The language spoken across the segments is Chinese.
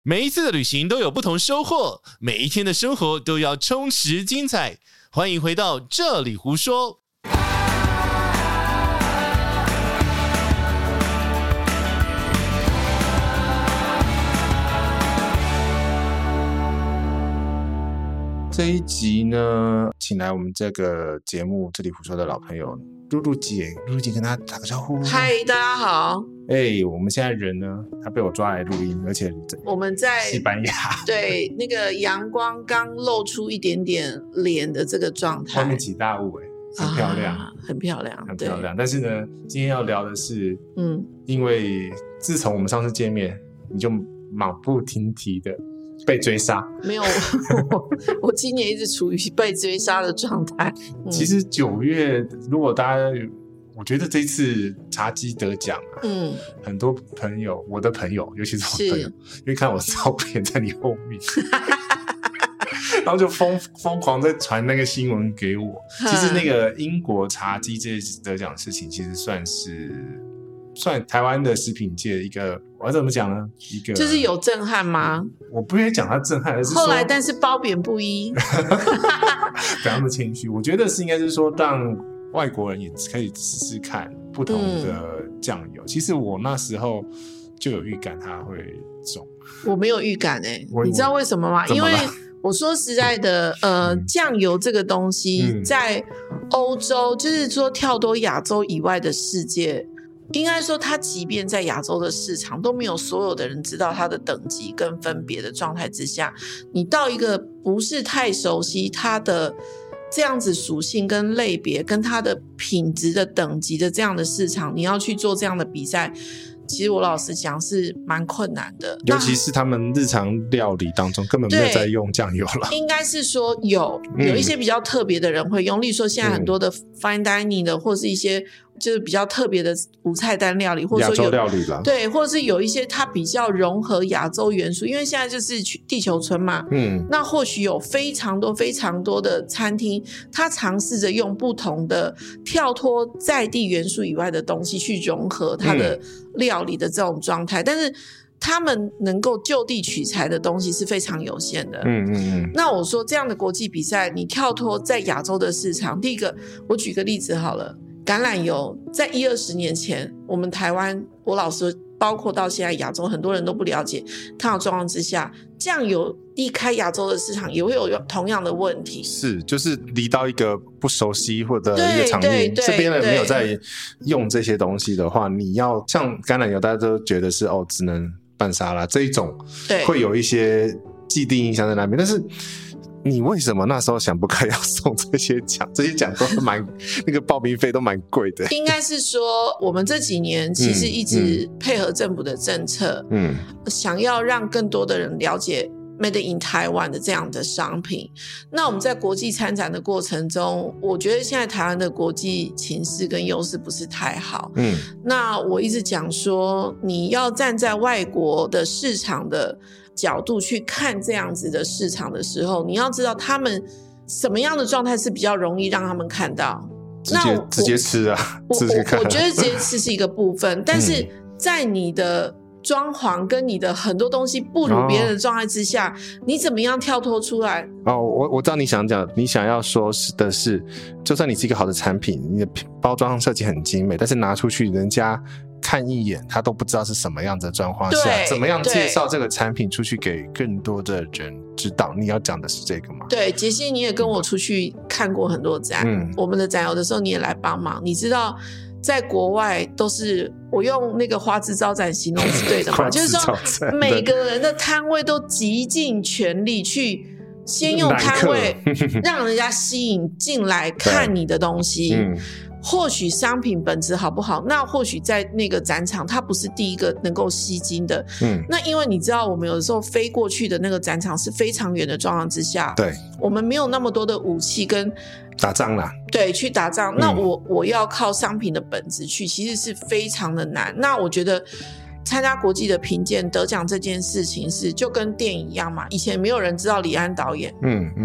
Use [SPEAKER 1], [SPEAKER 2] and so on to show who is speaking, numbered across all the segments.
[SPEAKER 1] 每一次的旅行都有不同收获，每一天的生活都要充实精彩。欢迎回到这里胡说。
[SPEAKER 2] 这一集呢，请来我们这个节目这里胡说的老朋友露露姐，露露姐跟大家打个招呼。
[SPEAKER 3] 嗨，大家好。
[SPEAKER 2] 我们现在人呢，他被我抓来录音，而且
[SPEAKER 3] 我们在
[SPEAKER 2] 西班牙，
[SPEAKER 3] 对，那个阳光刚露出一点点脸的这个状态，
[SPEAKER 2] 外面起大雾，很漂亮，
[SPEAKER 3] 很漂亮，
[SPEAKER 2] 很漂亮。但是呢，今天要聊的是，因为自从我们上次见面，你就马不停蹄的被追杀。没有，
[SPEAKER 3] 我今年一直处于被追杀的状态。
[SPEAKER 2] 其实9月，如果大家，我觉得这次茶几得奖很多朋友，我的朋友，尤其是我的朋友，因为看我照片在你后面，然后就疯狂在传那个新闻给我。其实那个英国茶几这次得奖的事情，其实算台湾的食品界一个，我要怎么讲呢？一个
[SPEAKER 3] 就是有震撼吗？
[SPEAKER 2] 我不愿意讲它震撼，而是说
[SPEAKER 3] 后来，但是褒贬不一，
[SPEAKER 2] 不要那么谦虚。我觉得应该是说，让外国人也可以试试看不同的酱油。其实我那时候就有预感它会中，
[SPEAKER 3] 我没有预感你知道为什么吗？因为我说实在的，酱油这个东西在欧洲，就是说跳脱亚洲以外的世界。应该说它即便在亚洲的市场都没有所有的人知道它的等级跟分别的状态之下，你到一个不是太熟悉它的这样子属性跟类别跟它的品质的等级的这样的市场，你要去做这样的比赛，其实我老实讲是蛮困难的，
[SPEAKER 2] 尤其是他们日常料理当中根本没有在用酱油了。
[SPEAKER 3] 应该是说有一些比较特别的人会用，例如说现在很多的 fine dining 的，或是一些就是比较特别的无菜单料理，或者说亚洲
[SPEAKER 2] 料理啦，
[SPEAKER 3] 对，或者是有一些它比较融合亚洲元素，因为现在就是地球村嘛，那或许有非常多的餐厅，它尝试着用不同的跳脱在地元素以外的东西去融合它的料理的这种状态，但是他们能够就地取材的东西是非常有限的。那我说这样的国际比赛，你跳脱在亚洲的市场，第一个我举个例子好了，橄榄油在10-20年前，我们台湾，我老实包括到现在亚洲很多人都不了解，看到状况之下，酱油一开亚洲的市场也会有同样的问题，
[SPEAKER 2] 是就是离到一个不熟悉或者一个场域，这边人没有在用这些东西的话，你要像橄榄油大家都觉得是只能拌沙拉这一种，会有一些既定印象在那边，但是你为什么那时候想不开要送这些奖？这些奖都那个报名费都蛮贵的。
[SPEAKER 3] 应该是说我们这几年其实一直配合政府的政策，想要让更多的人了解 Made in Taiwan 的这样的商品。那我们在国际参展的过程中，我觉得现在台湾的国际情势跟优势不是太好。那我一直讲说，你要站在外国的市场的角度去看这样子的市场的时候，你要知道他们什么样的状态是比较容易让他们看到。
[SPEAKER 2] 直接吃啊，
[SPEAKER 3] 我觉得直接吃是一个部分，但是在你的装潢跟你的很多东西不如别人的状态之下，你怎么样跳脱出来？
[SPEAKER 2] 我知道你想要说的是，就算你是一个好的产品，你的包装设计很精美，但是拿出去人家看一眼他都不知道是什么样的状况下，怎么样介绍这个产品出去给更多的人知道？你要讲的是这个吗？
[SPEAKER 3] 对，杰西你也跟我出去看过很多展，我们的展有的时候你也来帮忙，你知道在国外都是我用那个花枝招展形容是对的嘛？就是说每个人的摊位都极尽全力去先用摊位让人家吸引进来看你的东西。或许商品本质好不好，那或许在那个展场它不是第一个能够吸睛的。那因为你知道我们有的时候飞过去的那个展场是非常远的状况之下，对，我们没有那么多的武器跟
[SPEAKER 2] 打仗啦，
[SPEAKER 3] 对，去打仗。那我要靠商品的本质去，其实是非常的难。那我觉得参加国际的评鉴得奖这件事情是就跟电影一样嘛，以前没有人知道李安导演，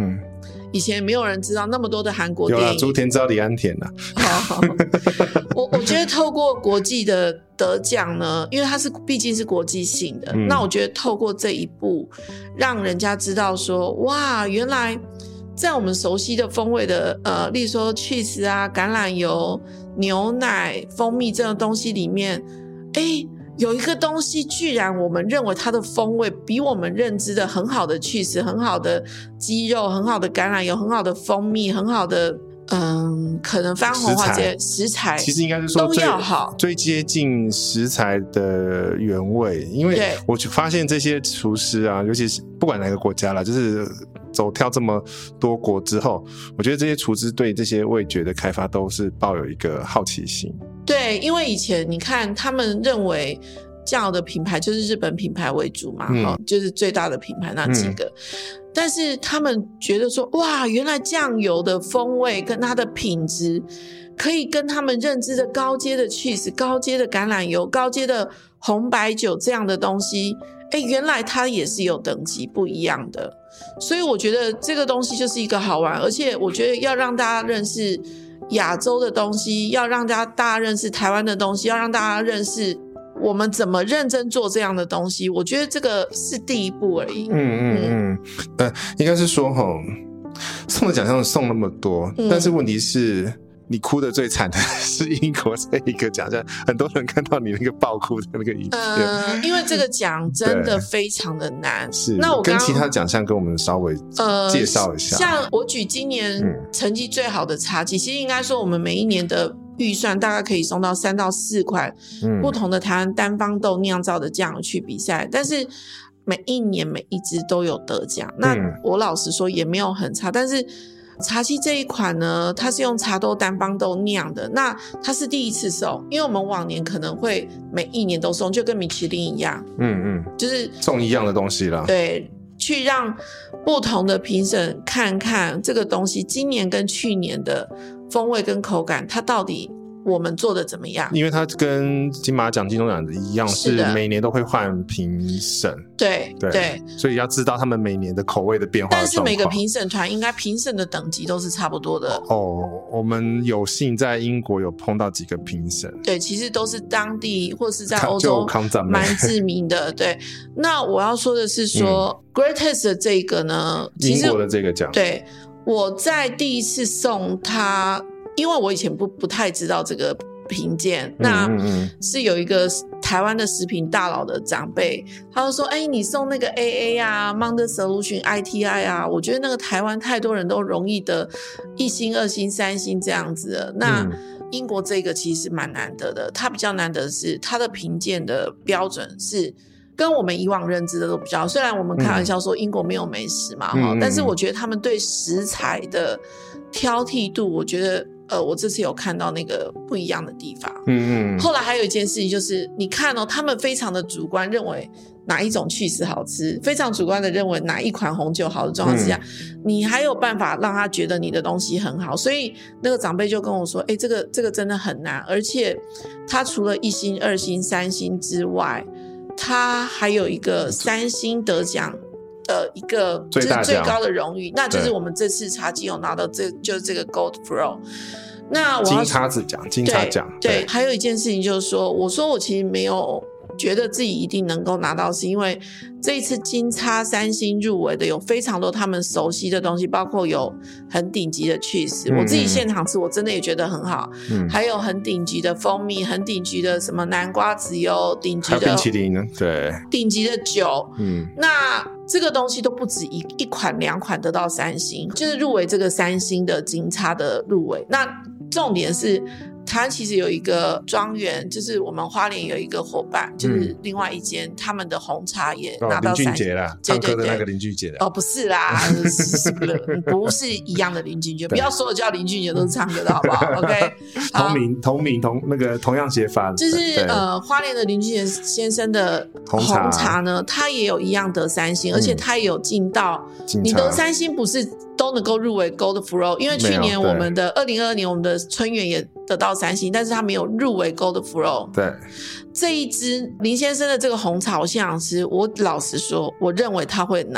[SPEAKER 3] 以前没有人知道那么多的韩国电影。
[SPEAKER 2] 有啦，竹田知道李安田啦。
[SPEAKER 3] 好我觉得透过国际的得奖呢，因为它毕竟是国际性的，那我觉得透过这一部让人家知道说，哇，原来在我们熟悉的风味的例如说 cheese 啊、橄榄油、牛奶、蜂蜜这种东西里面，有一个东西居然我们认为它的风味比我们认知的很好的 cheese、很好的鸡肉、很好的橄榄油、很好的蜂蜜、很好的可能番红花这些食材，
[SPEAKER 2] 其实应该是说
[SPEAKER 3] 都要好，
[SPEAKER 2] 最接近食材的原味。因为我就发现这些厨师啊，尤其是不管哪个国家啦，就是走跳这么多国之后，我觉得这些厨师对这些味觉的开发都是抱有一个好奇心。对，
[SPEAKER 3] 因为以前你看他们认为酱油的品牌就是日本品牌为主嘛，就是最大的品牌那几个，但是他们觉得说，哇，原来酱油的风味跟它的品质可以跟他们认知的高阶的 cheese、高阶的橄榄油、高阶的红白酒这样的东西，原来它也是有等级不一样的。所以我觉得这个东西就是一个好玩，而且我觉得要让大家认识亚洲的东西，要让大家认识台湾的东西，要让大家认识我们怎么认真做这样的东西，我觉得这个是第一步而已。
[SPEAKER 2] 应该是说送的奖项送那么多，但是问题是你哭的最惨的是英国这一个奖项，很多人看到你那个爆哭的那个影片，
[SPEAKER 3] 因为这个奖真的非常的难。
[SPEAKER 2] 是，那我跟其他奖项跟我们稍微介绍一下。
[SPEAKER 3] 像我举今年成绩最好的茶几，其实应该说我们每一年的预算大概可以送到3到4款不同的台湾单方豆酿造的酱油去比赛，但是每一年每一支都有得奖。那我老实说也没有很差，但是茶七这一款呢，它是用茶豆单方豆酿的，那它是第一次送，因为我们往年可能会每一年都送，就跟米其林一样，就是
[SPEAKER 2] 送一样的东西啦。
[SPEAKER 3] 对，去让不同的评审看看这个东西今年跟去年的风味跟口感，它到底我们做的怎么样？
[SPEAKER 2] 因为它跟金马奖、金钟奖一样，是每年都会换评审。
[SPEAKER 3] 对，
[SPEAKER 2] 所以要知道他们每年的口味的变化的状况。但
[SPEAKER 3] 是每个评审团应该评审的等级都是差不多的。
[SPEAKER 2] 我们有幸在英国有碰到几个评审，
[SPEAKER 3] 对，其实都是当地或是在欧洲蛮知名的。对，那我要说的是说，Great Taste 的这个呢，
[SPEAKER 2] 英国的这个奖，
[SPEAKER 3] 对，我在第一次送他。因为我以前不太知道这个评鉴，那是有一个台湾的食品大佬的长辈，他就说你送那个 AA 啊 Mount Solution ITI 啊，我觉得那个台湾太多人都容易得1星2星3星这样子的，那英国这个其实蛮难得的，它比较难得的是它的评鉴的标准是跟我们以往认知的都比较，虽然我们开玩笑说英国没有美食嘛，但是我觉得他们对食材的挑剔度，我觉得我这次有看到那个不一样的地方。后来还有一件事情就是，你看他们非常的主观认为哪一种cheese好吃，非常主观的认为哪一款红酒好的状况之下，你还有办法让他觉得你的东西很好。所以那个长辈就跟我说，这个真的很难，而且他除了1星2星3星之外，他还有一个3星得奖一个就是最高的荣誉，那就是我们这次茶几有拿到就是这个 Gold Pro。那我
[SPEAKER 2] 金叉子奖，金叉奖。
[SPEAKER 3] 对，还有一件事情就是说，我说我其实没有觉得自己一定能够拿到，是因为这一次金叉3星入围的有非常多他们熟悉的东西，包括有很顶级的 cheese，我自己现场吃我真的也觉得很好，还有很顶级的蜂蜜，很顶级的什么南瓜籽油，顶级的
[SPEAKER 2] 冰淇淋呢，对，
[SPEAKER 3] 顶级的酒，那这个东西都不止一款2款得到3星，就是入围这个3星的金叉的入围。那重点是台湾其实有一个庄园，就是我们花莲有一个伙伴，就是另外一间他们的红茶也拿到3星。
[SPEAKER 2] 林俊杰啦，唱歌的那个林俊杰的。
[SPEAKER 3] 不是啦，不是一样的林俊杰，不要所有叫林俊杰都是唱歌的好不好？OK，
[SPEAKER 2] 同样写法，
[SPEAKER 3] 就是花莲的林俊杰先生的红茶呢，他也有一样得3星，而且他也有进到你得3星不是都能够入围 Gold Pro， 因为去年我们的2022年我们的春园也得到3星，但是他没有入围 Gold Pro。
[SPEAKER 2] 对，
[SPEAKER 3] 这一支林先生的这个红茶我现场吃，我老实说我认为他会拿，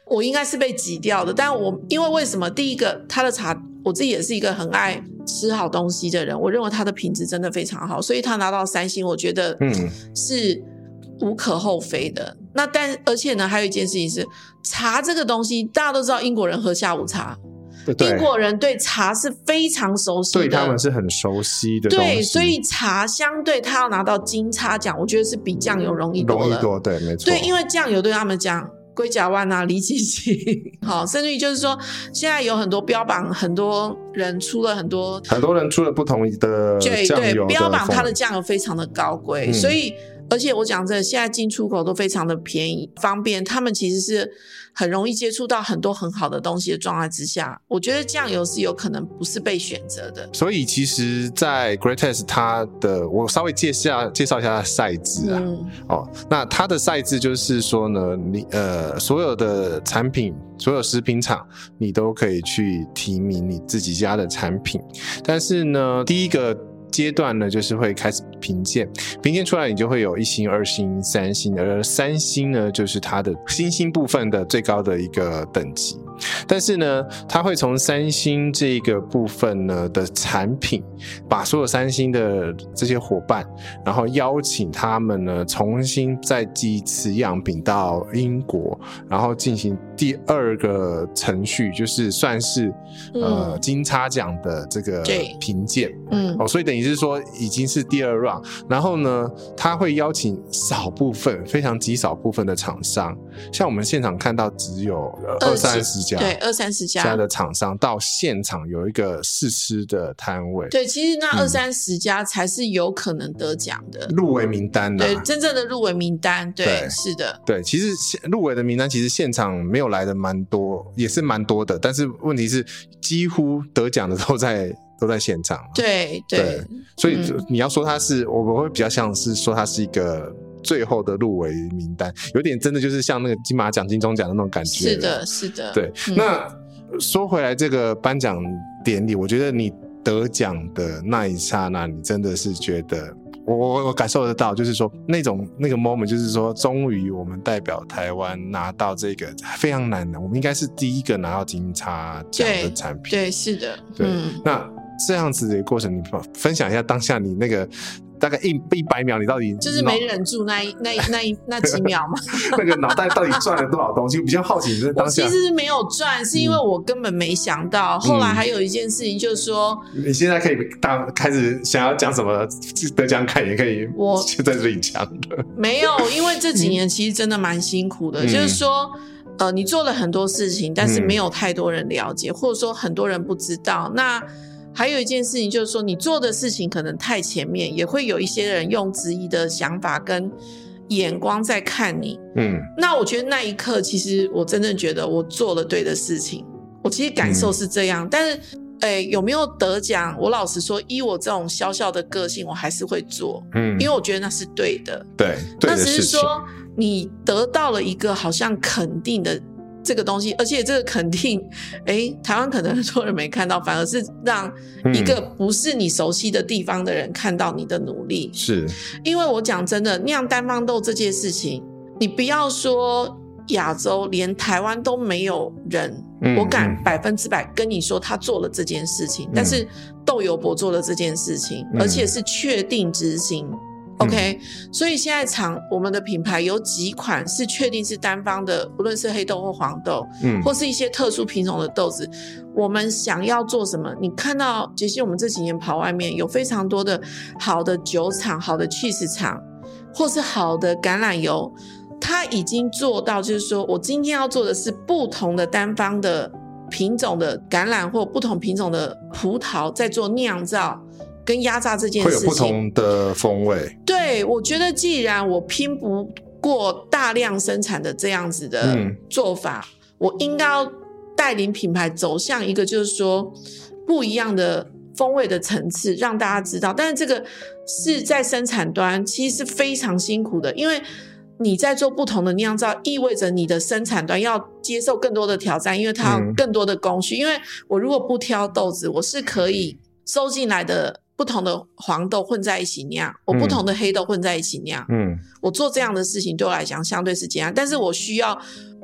[SPEAKER 3] 我应该是被挤掉的。但因为什么？第一个，他的茶，我自己也是一个很爱吃好东西的人，我认为它的品质真的非常好，所以他拿到3星，我觉得是无可厚非的。那而且呢，还有一件事情是，茶这个东西大家都知道，英国人喝下午茶，英国人对茶是非常熟悉的，
[SPEAKER 2] 对他们是很熟悉的东西。
[SPEAKER 3] 对，所以茶相对他要拿到金叉奖，我觉得是比酱油容易多了。
[SPEAKER 2] 对，没错。
[SPEAKER 3] 对，因为酱油对他们讲龟甲湾啊、李奇奇，好，甚至于就是说，现在有很多标榜，很多人出了
[SPEAKER 2] 不同的酱油的，
[SPEAKER 3] 对，标榜它的酱油非常的高贵，所以。而且我讲真的，现在进出口都非常的便宜方便，他们其实是很容易接触到很多很好的东西的状态之下，我觉得酱油是有可能不是被选择的。
[SPEAKER 2] 所以其实在 Greatex 它的，我稍微介绍一下它的赛制啊。那它的赛制就是说呢，你所有的产品，所有食品厂你都可以去提名你自己家的产品，但是呢，第一个阶段呢，就是会开始评鉴出来，你就会有1星、2星、3星，而3星呢，就是它的星部分的最高的一个等级。但是呢，它会从3星这个部分呢的产品，把所有3星的这些伙伴，然后邀请他们呢重新再寄一次样品到英国，然后进行第2个程序，就是算是金叉奖的这个评鉴。所以等于是说已经是第2 round， 然后呢，他会邀请少部分，非常极少部分的厂商，像我们现场看到只有20-30家，
[SPEAKER 3] 对，20-30
[SPEAKER 2] 家的厂商到现场有一个试吃的摊位。
[SPEAKER 3] 对，其实那20-30家才是有可能得奖的
[SPEAKER 2] 入围名单
[SPEAKER 3] 对，真正的入围名单。对，是的。
[SPEAKER 2] 对，其实入围的名单其实现场没有来的蛮多，也是蛮多的，但是问题是几乎得奖的都在现场。
[SPEAKER 3] 对，
[SPEAKER 2] 所以你要说它是，我们会比较像是说它是一个最后的入围名单，有点真的就是像那个金马奖、金钟奖的那种感觉。
[SPEAKER 3] 是的。
[SPEAKER 2] 对，那说回来这个颁奖典礼，我觉得你得奖的那一刹那，你真的是觉得我感受得到，就是说那个 moment， 就是说终于我们代表台湾拿到这个非常难的，我们应该是第一个拿到金叉奖的产品。
[SPEAKER 3] 对，是的。
[SPEAKER 2] 对，那这样子的过程，你分享一下当下你那个大概100秒，你到底
[SPEAKER 3] 就是没忍住那几秒嘛？
[SPEAKER 2] 那个脑袋到底赚了多少东西？我比较好奇，就是当下
[SPEAKER 3] 我其实是没有赚，是因为我根本没想到。后来还有一件事情，就是说，
[SPEAKER 2] 你现在可以开始想要讲什么得奖感言，可以就在这里讲的。
[SPEAKER 3] 没有，因为这几年其实真的蛮辛苦的，就是说。你做了很多事情，但是没有太多人了解，或者说很多人不知道。那还有一件事情就是说，你做的事情可能太前面，也会有一些人用质疑的想法跟眼光在看你。那我觉得那一刻，其实我真正觉得我做了对的事情，我其实感受是这样。但是有没有得奖，我老实说，依我这种小小的个性，我还是会做。因为我觉得那是对的。
[SPEAKER 2] 对的事情。
[SPEAKER 3] 那只是说你得到了一个好像肯定的这个东西，而且这个肯定台湾可能很多人没看到，反而是让一个不是你熟悉的地方的人看到你的努力。
[SPEAKER 2] 是
[SPEAKER 3] 因为我讲真的，酿单方豆这件事情，你不要说亚洲，连台湾都没有人我敢100%跟你说他做了这件事情。但是豆油伯做了这件事情，而且是确定执行。OK，所以现在我们的品牌有几款是确定是单方的，不论是黑豆或黄豆，或是一些特殊品种的豆子，我们想要做什么，你看到其实我们这几年跑外面有非常多的好的酒厂、好的 cheese 厂，或是好的橄榄油，它已经做到就是说我今天要做的是不同的单方的品种的橄榄或不同品种的葡萄在做酿造跟压榨这件事情，
[SPEAKER 2] 会有不同的风味。
[SPEAKER 3] 对，我觉得既然我拼不过大量生产的这样子的做法，我应该要带领品牌走向一个就是说不一样的风味的层次，让大家知道。但是这个是在生产端其实是非常辛苦的，因为你在做不同的酿造，意味着你的生产端要接受更多的挑战，因为它有更多的工序。因为我如果不挑豆子，我是可以收进来的不同的黄豆混在一起酿，我不同的黑豆混在一起酿。我做这样的事情对我来讲相对是简单，但是我需要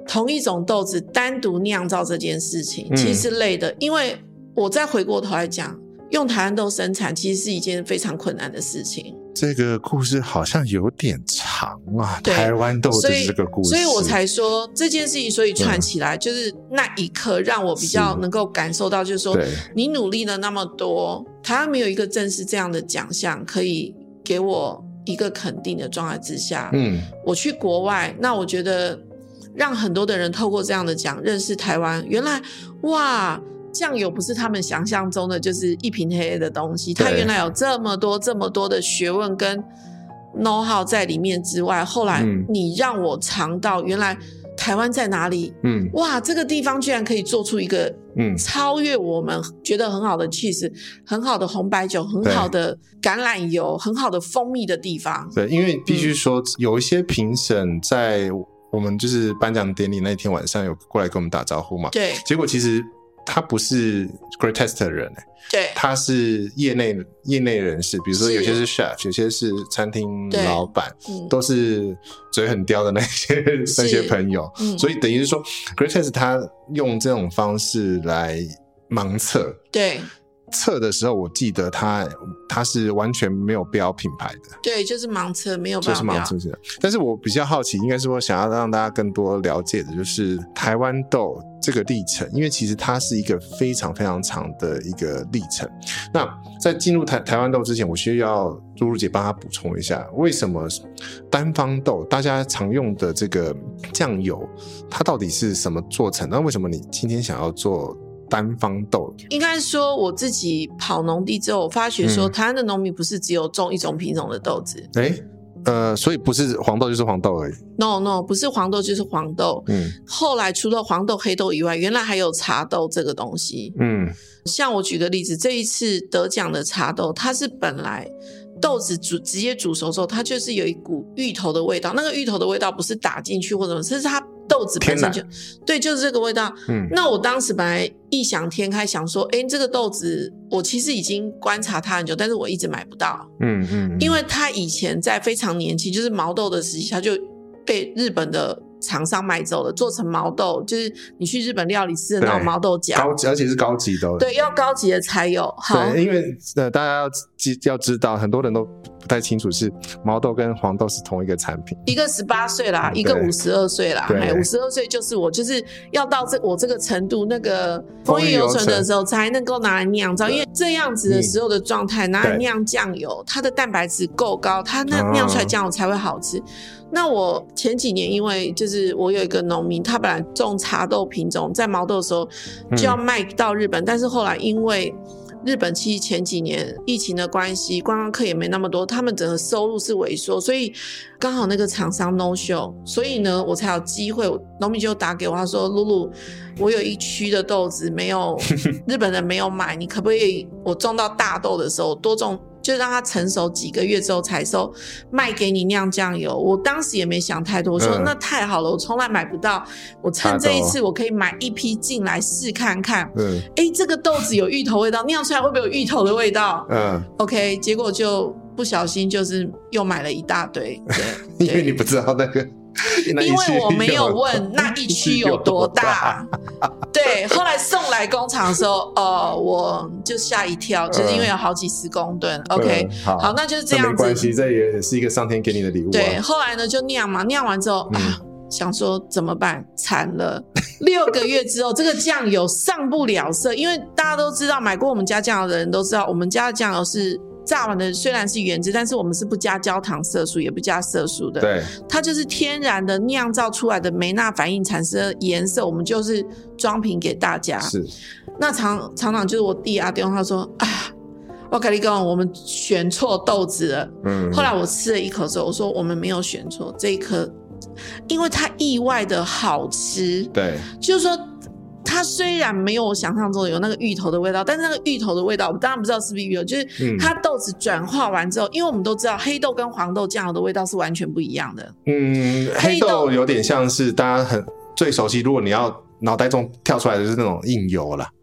[SPEAKER 3] 同一种豆子单独酿造这件事情其实是累的，因为我再回过头来讲，用台湾豆生产其实是一件非常困难的事情。
[SPEAKER 2] 这个故事好像有点长啊，台湾豆子这个故事，
[SPEAKER 3] 所以我才说这件事情，所以串起来，就是那一刻让我比较能够感受到，就是说你努力了那么多，台湾没有一个正式这样的奖项可以给我一个肯定的状态之下，我去国外，那我觉得让很多的人透过这样的奖认识台湾，原来哇，酱油不是他们想象中的就是一瓶黑黑的东西，它原来有这么多的学问跟 know how 在里面之外，后来你让我尝到原来台湾在哪里，哇，这个地方居然可以做出一个超越我们觉得很好的 cheese， 很好的红白酒，很好的橄榄油，很好的蜂蜜的地方。
[SPEAKER 2] 对，因为必须说有一些评审在我们就是颁奖典礼那天晚上有过来跟我们打招呼嘛，
[SPEAKER 3] 对，
[SPEAKER 2] 结果其实他不是 Great Taste 的人，
[SPEAKER 3] 对，他
[SPEAKER 2] 是业内人士，比如说有些是 chef， 有些是餐厅老板，都是嘴很刁的那些朋友，所以等于是说 Great Taste 他用这种方式来盲测，
[SPEAKER 3] 对，
[SPEAKER 2] 测的时候我记得他是完全没有标品牌的，
[SPEAKER 3] 对，就是盲测，没有办法标，
[SPEAKER 2] 就是盲测。但是我比较好奇，应该是我想要让大家更多了解的就是台湾豆这个历程，因为其实它是一个非常非常长的一个历程。那在进入台湾豆之前，我需要露露姐帮他补充一下，为什么单方豆大家常用的这个酱油，它到底是什么做成？那为什么你今天想要做单方豆？应该
[SPEAKER 3] 说我自己跑农地之后，我发觉说台湾的农民不是只有种一种品种的豆子，
[SPEAKER 2] 所以不是黄豆就是黄豆而已。
[SPEAKER 3] No， 不是黄豆就是黄豆。后来除了黄豆、黑豆以外，原来还有茶豆这个东西。像我举个例子，这一次得奖的茶豆，它是本来豆子直接煮熟之后，它就是有一股芋头的味道。那个芋头的味道不是打进去或者什么，是它豆子本身就对，就是这个味道。那我当时本来异想天开，想说，这个豆子我其实已经观察它很久，但是我一直买不到。因为它以前在非常年轻，就是毛豆的时期，它就被日本的厂商买走了，做成毛豆，就是你去日本料理吃的那种毛豆角，
[SPEAKER 2] 而且是高级的，
[SPEAKER 3] 对，要高级的才有。好，
[SPEAKER 2] 对，因为大家要知道，很多人都不太清楚是毛豆跟黄豆是同一个产品，
[SPEAKER 3] 一个18岁啦，一个52岁啦，52岁就是我，就是要到我这个程度，那个风韵犹存的时候才能够拿来酿造，因为这样子的时候的状态拿来酿酱油，它的蛋白质够高，它那酿出来酱油才会好吃。那我前几年因为就是我有一个农民，他本来种茶豆品种，在毛豆的时候就要卖到日本，但是后来因为日本其实前几年疫情的关系，观光客也没那么多，他们整个收入是萎缩，所以刚好那个厂商 no show， 所以呢我才有机会，农民就打给我，他说露露，我有一区的豆子没有日本人没有买，你可不可以我种到大豆的时候多种，就让它成熟几个月之后采收卖给你酿酱油。我当时也没想太多，我说那太好了，我从来买不到，我趁这一次我可以买一批进来试看看。这个豆子有芋头味道，酿出来会不会有芋头的味道？OK， 结果就不小心就是又买了一大堆。对，
[SPEAKER 2] 因为你不知道那个。
[SPEAKER 3] 因为我没有问那一区有多大。对，后来送来工厂的时候我就吓一跳，就是因为有好几十公吨。OK， 好，那就是这样子，
[SPEAKER 2] 没关系，这也是一个上天给你的礼物。
[SPEAKER 3] 对，后来呢就酿嘛，酿完之后想说怎么办，惨了6个月之后这个酱油上不了色，因为大家都知道，买过我们家酱油的人都知道，我们家的酱油是榨完的，虽然是原汁，但是我们是不加焦糖色素也不加色素的，
[SPEAKER 2] 对，
[SPEAKER 3] 它就是天然的酿造出来的梅纳反应产生的颜色，我们就是装瓶给大家。
[SPEAKER 2] 是，
[SPEAKER 3] 那厂长就是我弟阿丢，他说我跟你讲，我们选错豆子了。后来我吃了一口之后，我说我们没有选错这一颗，因为它意外的好吃。
[SPEAKER 2] 对，
[SPEAKER 3] 就是说它虽然没有我想象中的有那个芋头的味道，但是那个芋头的味道我当然不知道是不是芋头，就是它豆子转化完之后，因为我们都知道黑豆跟黄豆酱油的味道是完全不一样的。
[SPEAKER 2] 黑豆有点像是大家最熟悉，如果你要脑袋中跳出来的就是那种硬油啦。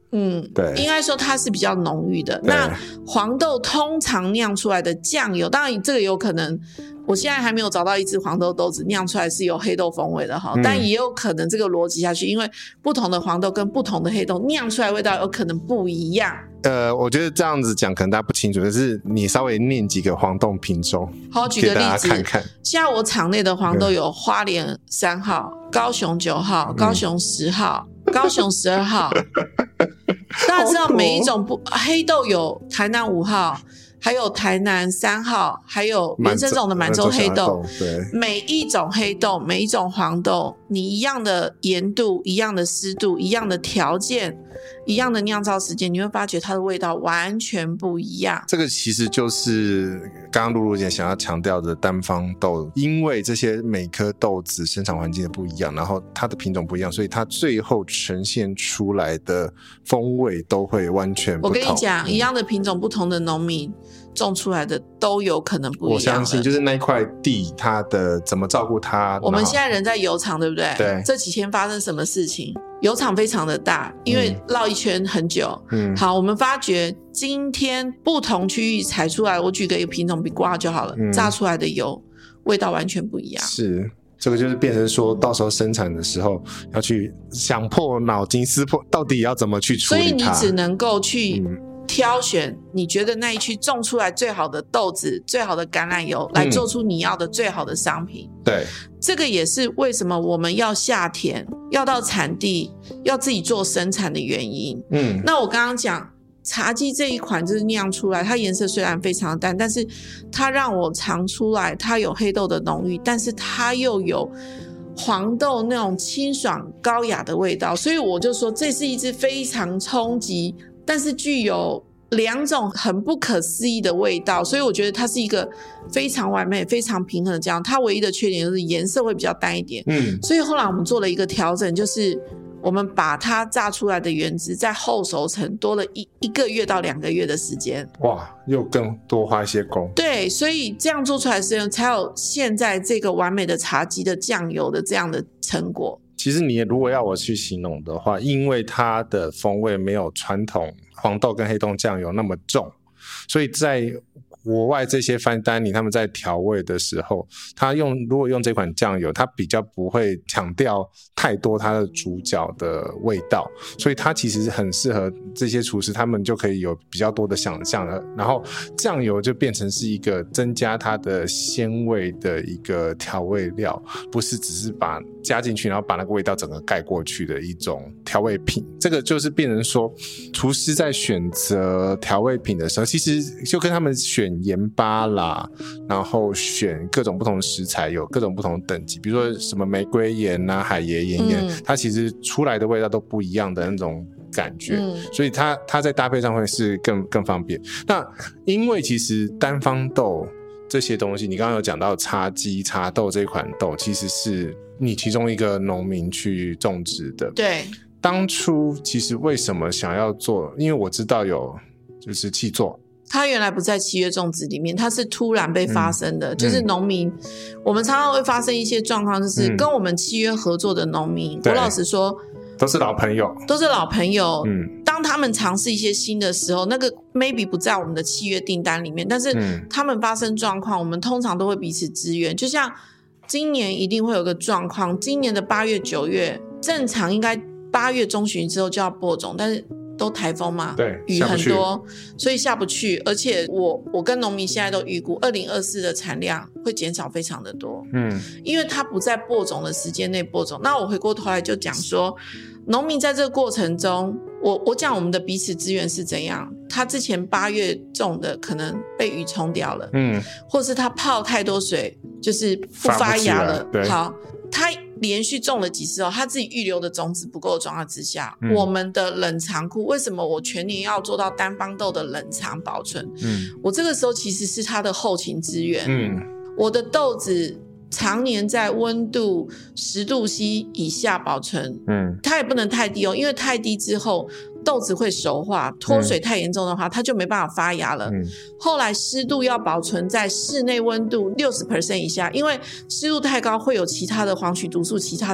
[SPEAKER 2] 对，
[SPEAKER 3] 应该说它是比较浓郁的。那黄豆通常酿出来的酱油，当然这个有可能我现在还没有找到一支黄豆豆子酿出来是有黑豆风味的但也有可能这个逻辑下去，因为不同的黄豆跟不同的黑豆酿出来味道有可能不一样。
[SPEAKER 2] 我觉得这样子讲可能大家不清楚，可是你稍微念几个黄豆品种，
[SPEAKER 3] 好，举个例子，
[SPEAKER 2] 给大家看看。
[SPEAKER 3] 现在我场内的黄豆有花莲3号、高雄9号、高雄10号、高雄12号。大家知道每一种黑豆有台南5号，还有台南3号，还有原生种的满洲黑豆。
[SPEAKER 2] 对，
[SPEAKER 3] 每一种黑豆，每一种黄豆，你一样的盐度，一样的湿度，一样的条件，一样的酿造时间，你会发觉它的味道完全不一样。
[SPEAKER 2] 这个其实就是刚刚露露姐想要强调的单方豆，因为这些每颗豆子生长环境的不一样，然后它的品种不一样，所以它最后呈现出来的风味都会完全不同。
[SPEAKER 3] 我跟你讲，一样的品种，不同的农民种出来的都有可能不一样的。
[SPEAKER 2] 我相信就是那一块地它的怎么照顾它。
[SPEAKER 3] 我们现在人在油厂对不对？
[SPEAKER 2] 对。
[SPEAKER 3] 这几天发生什么事情？油厂非常的大，因为绕一圈很久。好，我们发觉今天不同区域采出来，我举个一个品种比瓜就好了，榨出来的油味道完全不一样。
[SPEAKER 2] 是。这个就是变成说到时候生产的时候要去想破脑筋撕破到底要怎么去处理它，
[SPEAKER 3] 所以你只能够去挑选你觉得那一区种出来最好的豆子，最好的橄榄油，来做出你要的最好的商品。
[SPEAKER 2] 对，
[SPEAKER 3] 这个也是为什么我们要下田，要到产地，要自己做生产的原因。那我刚刚讲茶姬这一款就是酿出来，它颜色虽然非常淡，但是它让我尝出来它有黑豆的浓郁，但是它又有黄豆那种清爽高雅的味道，所以我就说这是一支非常冲击但是具有两种很不可思议的味道，所以我觉得它是一个非常完美非常平衡的酱。它唯一的缺点就是颜色会比较淡一点，所以后来我们做了一个调整，就是我们把它榨出来的原汁在后熟成多了一个月到2个月的时间。
[SPEAKER 2] 哇，又更多花一些工。
[SPEAKER 3] 对，所以这样做出来的时间才有现在这个完美的茶姬的酱油的这样的成果。
[SPEAKER 2] 其实你如果要我去形容的话，因为它的风味没有传统黄豆跟黑豆酱油那么重，所以在国外这些fine dining他们在调味的时候，他如果用这款酱油，他比较不会强调太多它的主角的味道，所以它其实很适合这些厨师，他们就可以有比较多的想象了。然后酱油就变成是一个增加它的鲜味的一个调味料，不是只是把加进去然后把那个味道整个盖过去的一种调味品。这个就是变成说厨师在选择调味品的时候，其实就跟他们选盐巴啦，然后选各种不同的食材有各种不同的等级，比如说什么玫瑰盐啊、海椰盐它其实出来的味道都不一样的那种感觉，所以它在搭配上会是更方便。那因为其实单方豆这些东西，你刚刚有讲到茶姬、茶豆这款豆，其实是你其中一个农民去种植的。
[SPEAKER 3] 对，
[SPEAKER 2] 当初其实为什么想要做？因为我知道有就是契作。
[SPEAKER 3] 它原来不在契约种植里面，它是突然被发生的，就是农民我们常常会发生一些状况，就是跟我们契约合作的农民，我老实说
[SPEAKER 2] 都是老朋友，
[SPEAKER 3] 当他们尝试一些新的时候，那个 maybe 不在我们的契约订单里面，但是他们发生状况，我们通常都会彼此支援。就像今年一定会有个状况，今年的8月9月正常应该8月中旬之后就要播种，但是都台风嘛，
[SPEAKER 2] 对，
[SPEAKER 3] 雨很多，所以下不去。而且我跟农民现在都预估2024的产量会减少非常的多，因为它不在播种的时间内播种。那我回过头来就讲说，农民在这个过程中，我讲我们的彼此资源是怎样。他之前8月种的可能被雨冲掉了，或是他泡太多水，就是不发芽了。好，他连续种了几次他自己预留的种子不够的状况之下，我们的冷藏库为什么我全年要做到单方豆的冷藏保存？我这个时候其实是他的后勤资源。我的豆子常年在温度10度C 以下保存，它也不能太低因为太低之后豆子会熟化，脱水太严重的话它就没办法发芽了。后来湿度要保存在室内温度 60% 以下，因为湿度太高会有其他的黄曲毒素其他的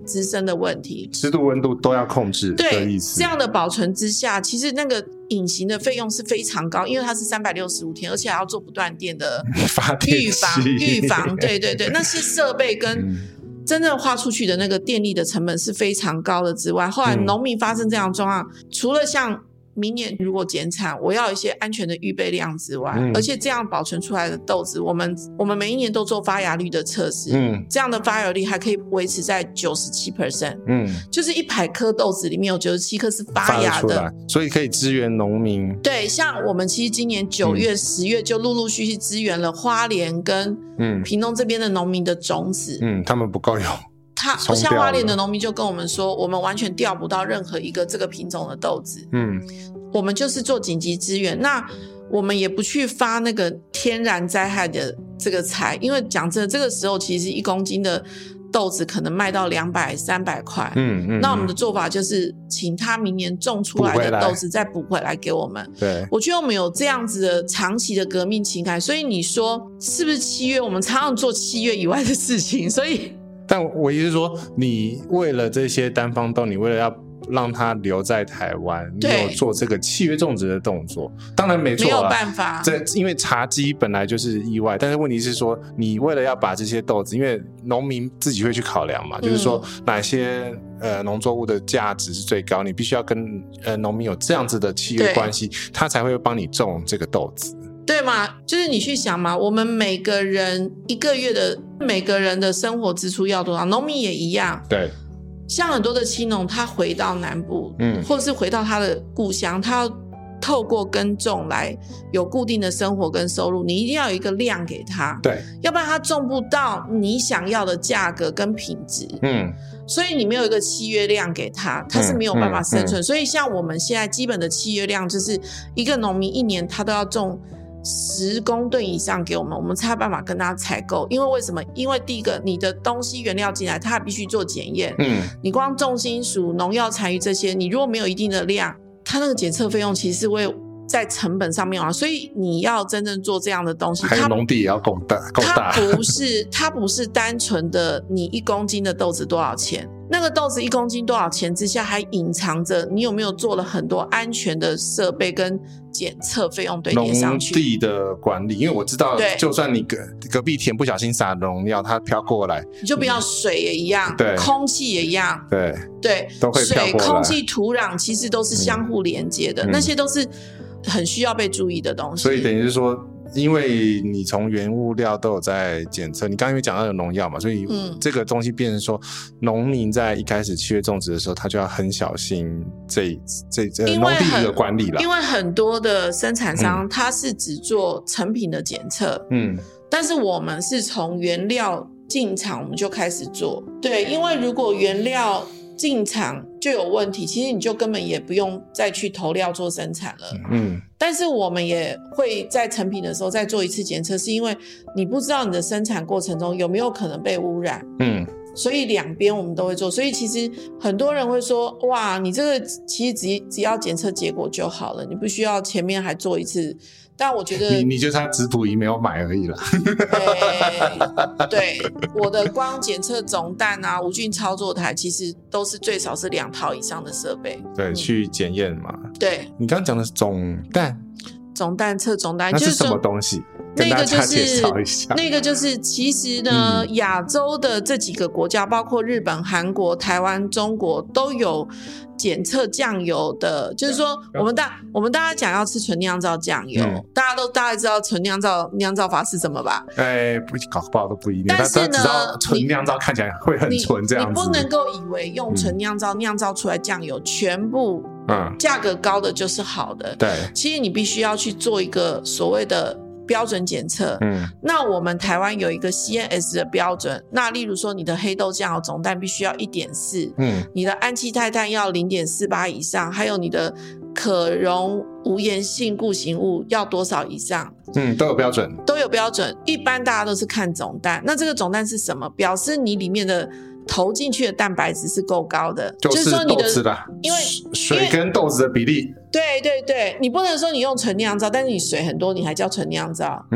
[SPEAKER 3] 滋生的问题，
[SPEAKER 2] 湿度温度都要控制的意思。
[SPEAKER 3] 对，这样的保存之下，其实那个隐形的费用是非常高，因为它是365天，而且还要做不断电的预防对对对，那些设备跟真正花出去的那个电力的成本是非常高的之外，后来农民发生这样的状况，除了像明年如果减产，我要有一些安全的预备量之外，而且这样保存出来的豆子，我们每一年都做发芽率的测试，这样的发芽率还可以维持在 97%，就是100颗豆子里面有97颗是发芽的，
[SPEAKER 2] 所以可以支援农民。
[SPEAKER 3] 对，像我们其实今年9月、10月就陆陆续续支援了花莲跟屏东这边的农民的种子，
[SPEAKER 2] 他们不够用。
[SPEAKER 3] 像花莲的农民就跟我们说，我们完全调不到任何一个这个品种的豆子，我们就是做紧急支援，那我们也不去发那个天然灾害的这个财，因为讲真的，这个时候其实1公斤的豆子可能卖到200、300块，那我们的做法就是请他明年种出来的豆子再补回来给我们。
[SPEAKER 2] 对，
[SPEAKER 3] 我觉得我们有这样子的长期的革命情感，所以你说是不是7月？我们常常做7月以外的事情，所以。
[SPEAKER 2] 但我意思是说，你为了这些单方豆，你为了要让它留在台湾，你有做这个契约种植的动作，当然没错，没
[SPEAKER 3] 有办法。
[SPEAKER 2] 因为茶基本来就是意外，但是问题是说，你为了要把这些豆子，因为农民自己会去考量嘛，就是说哪些农作物的价值是最高，你必须要跟农民有这样子的契约关系，他才会帮你种这个豆子。
[SPEAKER 3] 对嘛，就是你去想嘛，我们每个人1个月的每个人的生活支出要多少，农民也一样。
[SPEAKER 2] 对，
[SPEAKER 3] 像很多的青农他回到南部，或是回到他的故乡，他要透过耕种来有固定的生活跟收入，你一定要有一个量给他，
[SPEAKER 2] 对，
[SPEAKER 3] 要不然他种不到你想要的价格跟品质，所以你没有一个契约量给他，他是没有办法生存。所以像我们现在基本的契约量就是一个农民1年他都要种10公吨以上给我们，我们才有办法跟他采购。因为什么？因为第一个，你的东西原料进来，它必须做检验。你光重金属、农药残余这些，你如果没有一定的量，它那个检测费用其实是会在成本上面啊。所以你要真正做这样的东西，
[SPEAKER 2] 还有农地也要够大。
[SPEAKER 3] 它不是单纯的你1公斤的豆子多少钱。那个豆子1公斤多少钱之下，还隐藏着你有没有做了很多安全的设备跟检测费用堆叠上去。
[SPEAKER 2] 农地的管理，因为我知道，就算你隔壁田不小心撒农药，它飘过来，
[SPEAKER 3] 你就不要水也一样，
[SPEAKER 2] 对，
[SPEAKER 3] 空气也一样，
[SPEAKER 2] 对，都会飘过来。
[SPEAKER 3] 水、空气、土壤其实都是相互连接的，那些都是很需要被注意的东西。
[SPEAKER 2] 所以等于是说，因为你从原物料都有在检测，你刚刚因为讲到有农药嘛，所以这个东西变成说，农民在一开始契约种植的时候，他就要很小心这农地的管理了。
[SPEAKER 3] 因为很多的生产商他是只做成品的检测，但是我们是从原料进场我们就开始做。对，因为如果原料进场就有问题，其实你就根本也不用再去投料做生产了。但是我们也会在成品的时候再做一次检测，是因为你不知道你的生产过程中有没有可能被污染。所以两边我们都会做。所以其实很多人会说，哇，你这个其实只要检测结果就好了，你不需要前面还做一次。但我觉得
[SPEAKER 2] 你就是他质谱仪没有买而已啦。
[SPEAKER 3] 对，我的光检测总氮啊、无菌操作台其实都是最少是2套以上的设备，
[SPEAKER 2] 对，去检验嘛。
[SPEAKER 3] 对，
[SPEAKER 2] 你刚刚讲的总氮
[SPEAKER 3] 测总氮，
[SPEAKER 2] 那是什么东西？跟大家介绍一下。
[SPEAKER 3] 那个就是其实呢，亚洲的这几个国家，包括日本、韩国、台湾、中国都有检测酱油的，就是说我们大家讲要吃纯酿造酱油，大家都大概知道纯酿造法是什么吧？
[SPEAKER 2] 搞不好都不一定。
[SPEAKER 3] 但是呢，
[SPEAKER 2] 纯酿造看起来会很纯这样子。
[SPEAKER 3] 你不能够以为用纯酿造出来酱油全部价格高的就是好的。
[SPEAKER 2] 对，
[SPEAKER 3] 其实你必须要去做一个所谓的标准检测。那我们台湾有一个 CNS 的标准，那例如说你的黑豆酱油总氮必须要 1.4，你的氨气肽氮要 0.48 以上，还有你的可溶无盐性固形物要多少以上，
[SPEAKER 2] 都有标准。
[SPEAKER 3] 一般大家都是看总氮，那这个总氮是什么？表示你里面的投进去的蛋白质是够高的，
[SPEAKER 2] 就是说你的豆子啦，
[SPEAKER 3] 因为
[SPEAKER 2] 水跟豆子的比例。
[SPEAKER 3] 对，你不能说你用纯酿造，但是你水很多，你还叫纯酿造。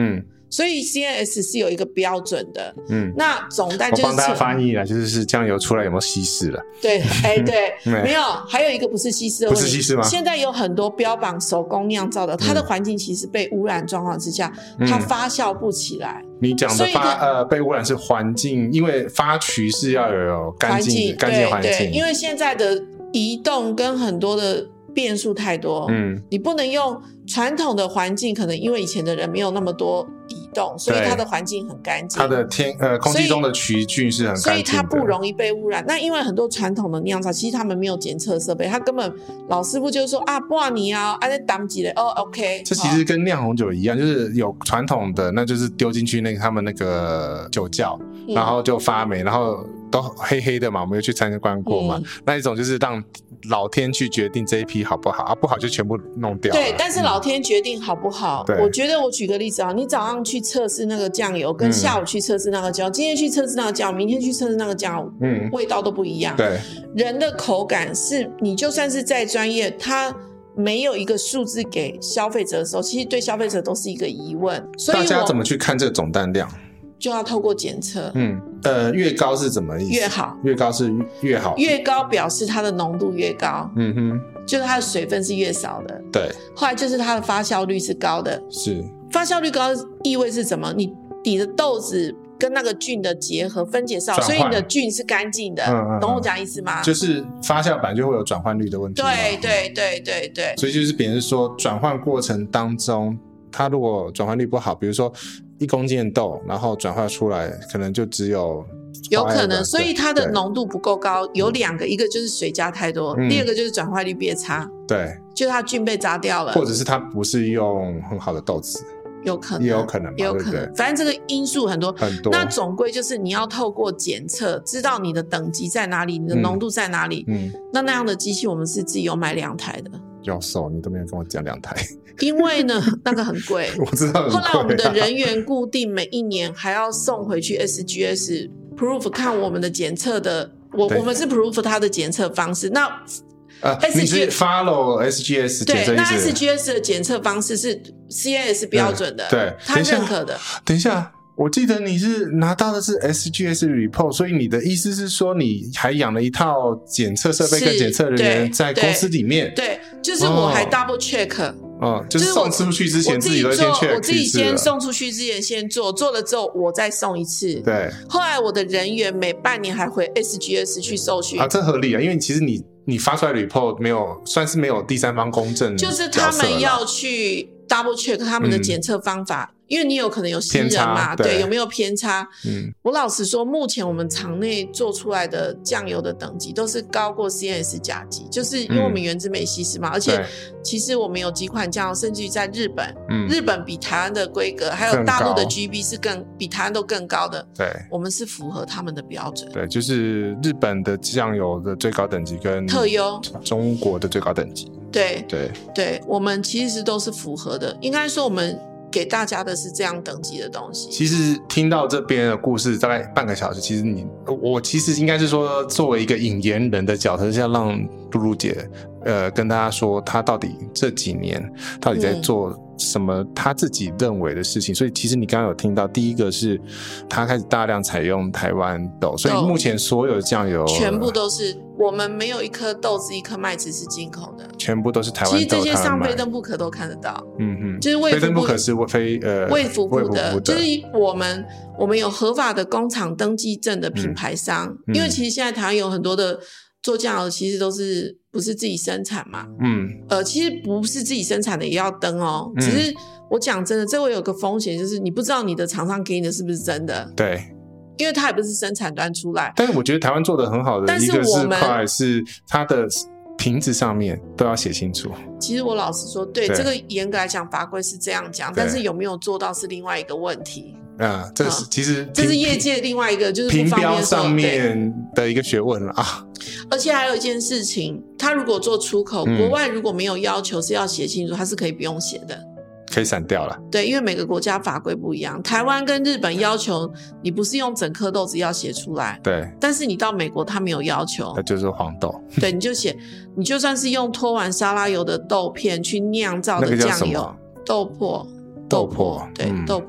[SPEAKER 3] 所以 CNS 是有一个标准的。那总蛋就是
[SPEAKER 2] 我帮大家翻译了，就是酱油出来有没有稀释了？
[SPEAKER 3] 对，对，没有，还有一个不是稀释的问题，
[SPEAKER 2] 不是稀释吗？
[SPEAKER 3] 现在有很多标榜手工酿造的，它的环境其实被污染状况之下，它发酵不起来。
[SPEAKER 2] 你讲的被污染是环境，因为发渠是要有干净环境。
[SPEAKER 3] 对，因为现在的移动跟很多的变数太多，你不能用传统的环境，可能因为以前的人没有那么多移动，所以它的环境很干净，
[SPEAKER 2] 它的空气中的曲菌是很干净的，
[SPEAKER 3] 所以它不容易被污染。那因为很多传统的酿造，其实他们没有检测设备，他根本老师傅就是说啊，不然你啊，在当几嘞，OK。
[SPEAKER 2] 这其实跟酿红酒一样，就是有传统的，那就是丢进去他们那个酒窖，然后就发霉，然后都黑黑的嘛，我们有去参观过嘛。那一种就是让老天去决定这一批好不好，不好就全部弄掉了。
[SPEAKER 3] 对，但是老天决定好不好，我觉得我举个例子啊，你早上去测试那个酱油，跟下午去测试那个酱油，今天去测试那个酱油，明天去测试那个酱油，味道都不一样。
[SPEAKER 2] 对，
[SPEAKER 3] 人的口感是你就算是再专业，他没有一个数字给消费者的时候，其实对消费者都是一个疑问。所以
[SPEAKER 2] 大家怎么去看这个总蛋量？
[SPEAKER 3] 就要透过检测。
[SPEAKER 2] 越高是怎么意思？
[SPEAKER 3] 越好，
[SPEAKER 2] 越高是越好，
[SPEAKER 3] 越高表示它的浓度越高。就是它的水分是越少的。
[SPEAKER 2] 对。
[SPEAKER 3] 后来就是它的发酵率是高的。
[SPEAKER 2] 是。
[SPEAKER 3] 发酵率高意味是什么？你的豆子跟那个菌的结合分解少，所以你的菌是干净的。懂我讲意思吗？
[SPEAKER 2] 就是发酵本来就会有转换率的问题。
[SPEAKER 3] 对。
[SPEAKER 2] 所以就是别人说转换过程当中，它如果转换率不好，比如说1公斤的豆，然后转化出来可能就只有
[SPEAKER 3] 可能，所以它的浓度不够高，有2个，一个就是水加太多，第二个就是转化率变差。
[SPEAKER 2] 对，
[SPEAKER 3] 就是它菌被砸掉了，
[SPEAKER 2] 或者是它不是用很好的豆子，
[SPEAKER 3] 有可能，
[SPEAKER 2] 也有可能，
[SPEAKER 3] 反正这个因素很多。那总归就是你要透过检测，知道你的等级在哪里，你的浓度在哪里。那样的机器我们是自己有买2台的。
[SPEAKER 2] 教授，你都没有跟我讲2台。
[SPEAKER 3] 因为呢，那个很贵，
[SPEAKER 2] 我知道很贵。
[SPEAKER 3] 后来我们的人员固定，每1年还要送回去 SGS proof 看我们的检测的，我们是 proof 它的检测方式。那
[SPEAKER 2] 你是 follow SGS 检测？
[SPEAKER 3] 对，那 SGS 的检测方式是 CNS 标准的，
[SPEAKER 2] 对，
[SPEAKER 3] 他认可的。
[SPEAKER 2] 等一下。我记得你是拿到的是 SGS report， 所以你的意思是说你还养了一套检测设备跟检测人员在公司里面？
[SPEAKER 3] 对，就是我还 double check。
[SPEAKER 2] 就是送出去之前自己都先 check，
[SPEAKER 3] 我自己先送出去之前先做了之后我再送一次。
[SPEAKER 2] 对，
[SPEAKER 3] 后来我的人员每半年还回 SGS 去受训。
[SPEAKER 2] 这合理啊，因为其实你发出来的 report 算是没有第三方公证，
[SPEAKER 3] 就是他们要去 double check 他们的检测方法。因为你有可能有新人嘛，对，有没有偏差？我老实说，目前我们厂内做出来的酱油的等级都是高过 CNS 甲级，就是因为我们原汁没稀释嘛，而且其实我们有几款酱油，甚至于在日本，日本比台湾的规格，还有大陆的 GB 是比台湾都更高的。对，我们是符合他们的标准。
[SPEAKER 2] 对，就是日本的酱油的最高等级跟
[SPEAKER 3] 特优
[SPEAKER 2] 中国的最高等级。
[SPEAKER 3] 对，我们其实都是符合的。应该说我们给大家的是这样等级的东西。
[SPEAKER 2] 其实听到这边的故事大概半个小时，其实我其实应该是说，作为一个引言人的角色，是要让露露姐跟大家说，她到底这几年到底在做什么她自己认为的事情。所以其实你刚刚有听到，第一个是她开始大量采用台湾豆，所以目前所有的酱油
[SPEAKER 3] 全部都是，我们没有一颗豆子一颗麦子是进口的，
[SPEAKER 2] 全部都是台湾豆。
[SPEAKER 3] 其实这些上非登不可都看得到。就是卫福部，
[SPEAKER 2] 非登不可是
[SPEAKER 3] 卫福部的，就是我们有合法的工厂登记证的品牌商。因为其实现在台湾有很多的做酱油其实都是不是自己生产嘛。其实不是自己生产的也要登哦。只是我讲真的，这会有个风险，就是你不知道你的厂商给你的是不是真的。
[SPEAKER 2] 对，
[SPEAKER 3] 因为它也不是生产端出来。
[SPEAKER 2] 但是我觉得台湾做的很好的一个是它的瓶子上面都要写清楚。
[SPEAKER 3] 其实我老实说，对这个严格来讲法规是这样讲，但是有没有做到是另外一个问题。
[SPEAKER 2] 这是其实
[SPEAKER 3] 这是业界另外一个就是
[SPEAKER 2] 评标上面的一个学问了啊。
[SPEAKER 3] 而且还有一件事情，他如果做出口，国外如果没有要求是要写清楚，他是可以不用写的，
[SPEAKER 2] 可以删掉了。
[SPEAKER 3] 对，因为每个国家法规不一样，台湾跟日本要求你不是用整颗豆子要写出来，对，但是你到美国他没有要求，
[SPEAKER 2] 那就是黄豆。对，
[SPEAKER 3] 你就写，你就算是用脱完沙拉油的豆片去酿造的酱油，豆粕，对，豆粕。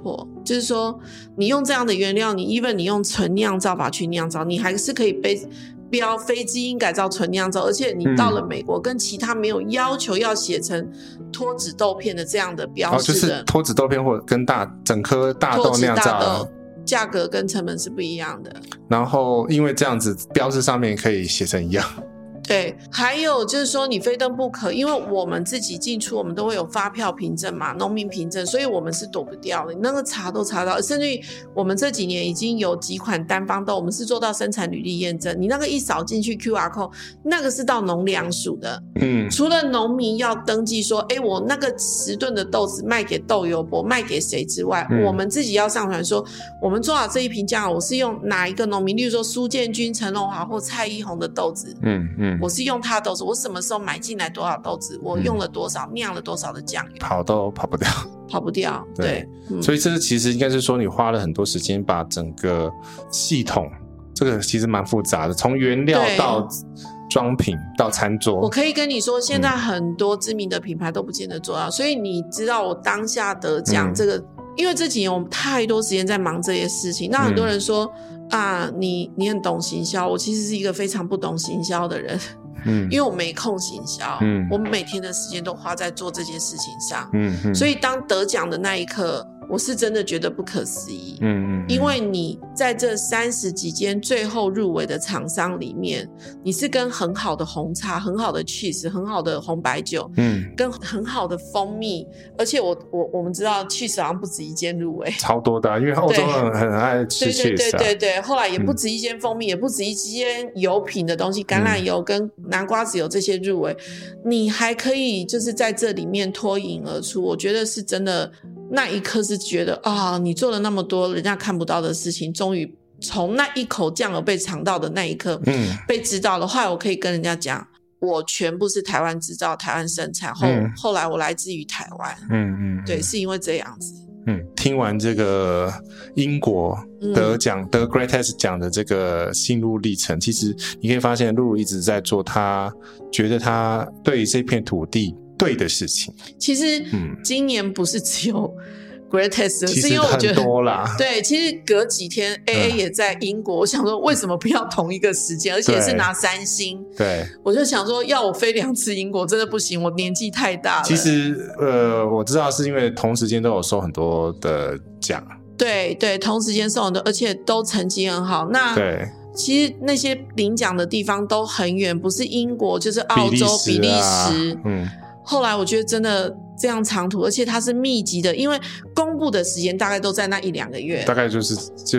[SPEAKER 3] 就是说你用这样的原料，你 even 你用纯酿造法去酿造，你还是可以标非基因改造纯酿造，而且你到了美国跟其他没有要求要写成脱脂豆片的这样的标示的，
[SPEAKER 2] 就是脱脂豆片或者跟整颗大豆酿造的
[SPEAKER 3] 价格跟成本是不一样的，
[SPEAKER 2] 然后因为这样子标示上面可以写成一样。
[SPEAKER 3] 对，还有就是说你非登不可，因为我们自己进出我们都会有发票凭证嘛，农民凭证，所以我们是躲不掉的，你那个查都查到，甚至于我们这几年已经有几款单方豆我们是做到生产履历验证，你那个一扫进去 QR code 那个是到农粮署的，除了农民要登记说我那个10吨的豆子卖给豆油伯卖给谁之外，我们自己要上传说我们做好这一瓶酱我是用哪一个农民，例如说苏建军、陈荣华或蔡一红的豆子，我是用他的豆子，我什么时候买进来多少豆子，我用了多少，酿了多少的酱油，
[SPEAKER 2] 跑都跑不掉，
[SPEAKER 3] 跑不掉。对，
[SPEAKER 2] 所以这其实应该是说你花了很多时间把整个系统，这个其实蛮复杂的，从原料到装瓶到餐桌。
[SPEAKER 3] 我可以跟你说，现在很多知名的品牌都不见得做到，所以你知道我当下得奖这个，因为这几年我们太多时间在忙这些事情，那很多人说你很懂行销，我其实是一个非常不懂行销的人，因为我没空行销，我每天的时间都花在做这件事情上，所以当得奖的那一刻我是真的觉得不可思议，因为你在这30几间最后入围的厂商里面，你是跟很好的红茶、很好的 cheese、很好的红白酒，跟很好的蜂蜜，而且我们知道 cheese 好像不止一间入围，
[SPEAKER 2] 超多的因为欧洲人很爱吃 cheese
[SPEAKER 3] 对，后来也不止一间蜂蜜，也不止一间油品的东西，橄榄油跟南瓜籽油这些入围，你还可以就是在这里面脱颖而出，我觉得是真的。那一刻是觉得你做了那么多人家看不到的事情，终于从那一口酱油被尝到的那一刻被知道了，后来我可以跟人家讲我全部是台湾制造台湾生产，后来我来自于台湾，对，是因为这样子。
[SPEAKER 2] 听完这个英国得Great Taste 奖的这个心路历程，其实你可以发现露露一直在做他觉得他对这片土地对的事情。
[SPEAKER 3] 其实今年不是只有 Great Taste，
[SPEAKER 2] 其实
[SPEAKER 3] 是因为我觉得
[SPEAKER 2] 很多啦。
[SPEAKER 3] 对，其实隔几天 AA 也在英国，我想说为什么不要同一个时间，而且是拿3星。对，我就想说要我飞2次英国真的不行，我年纪太大了。
[SPEAKER 2] 其实我知道是因为同时间都有收很多的奖。
[SPEAKER 3] 对，同时间收很多，而且都成绩很好。那对。其实那些领奖的地方都很远，不是英国就是澳洲、比利时。后来我觉得真的这样长途，而且它是密集的，因为公布的时间大概都在那1-2个月，
[SPEAKER 2] 大概就是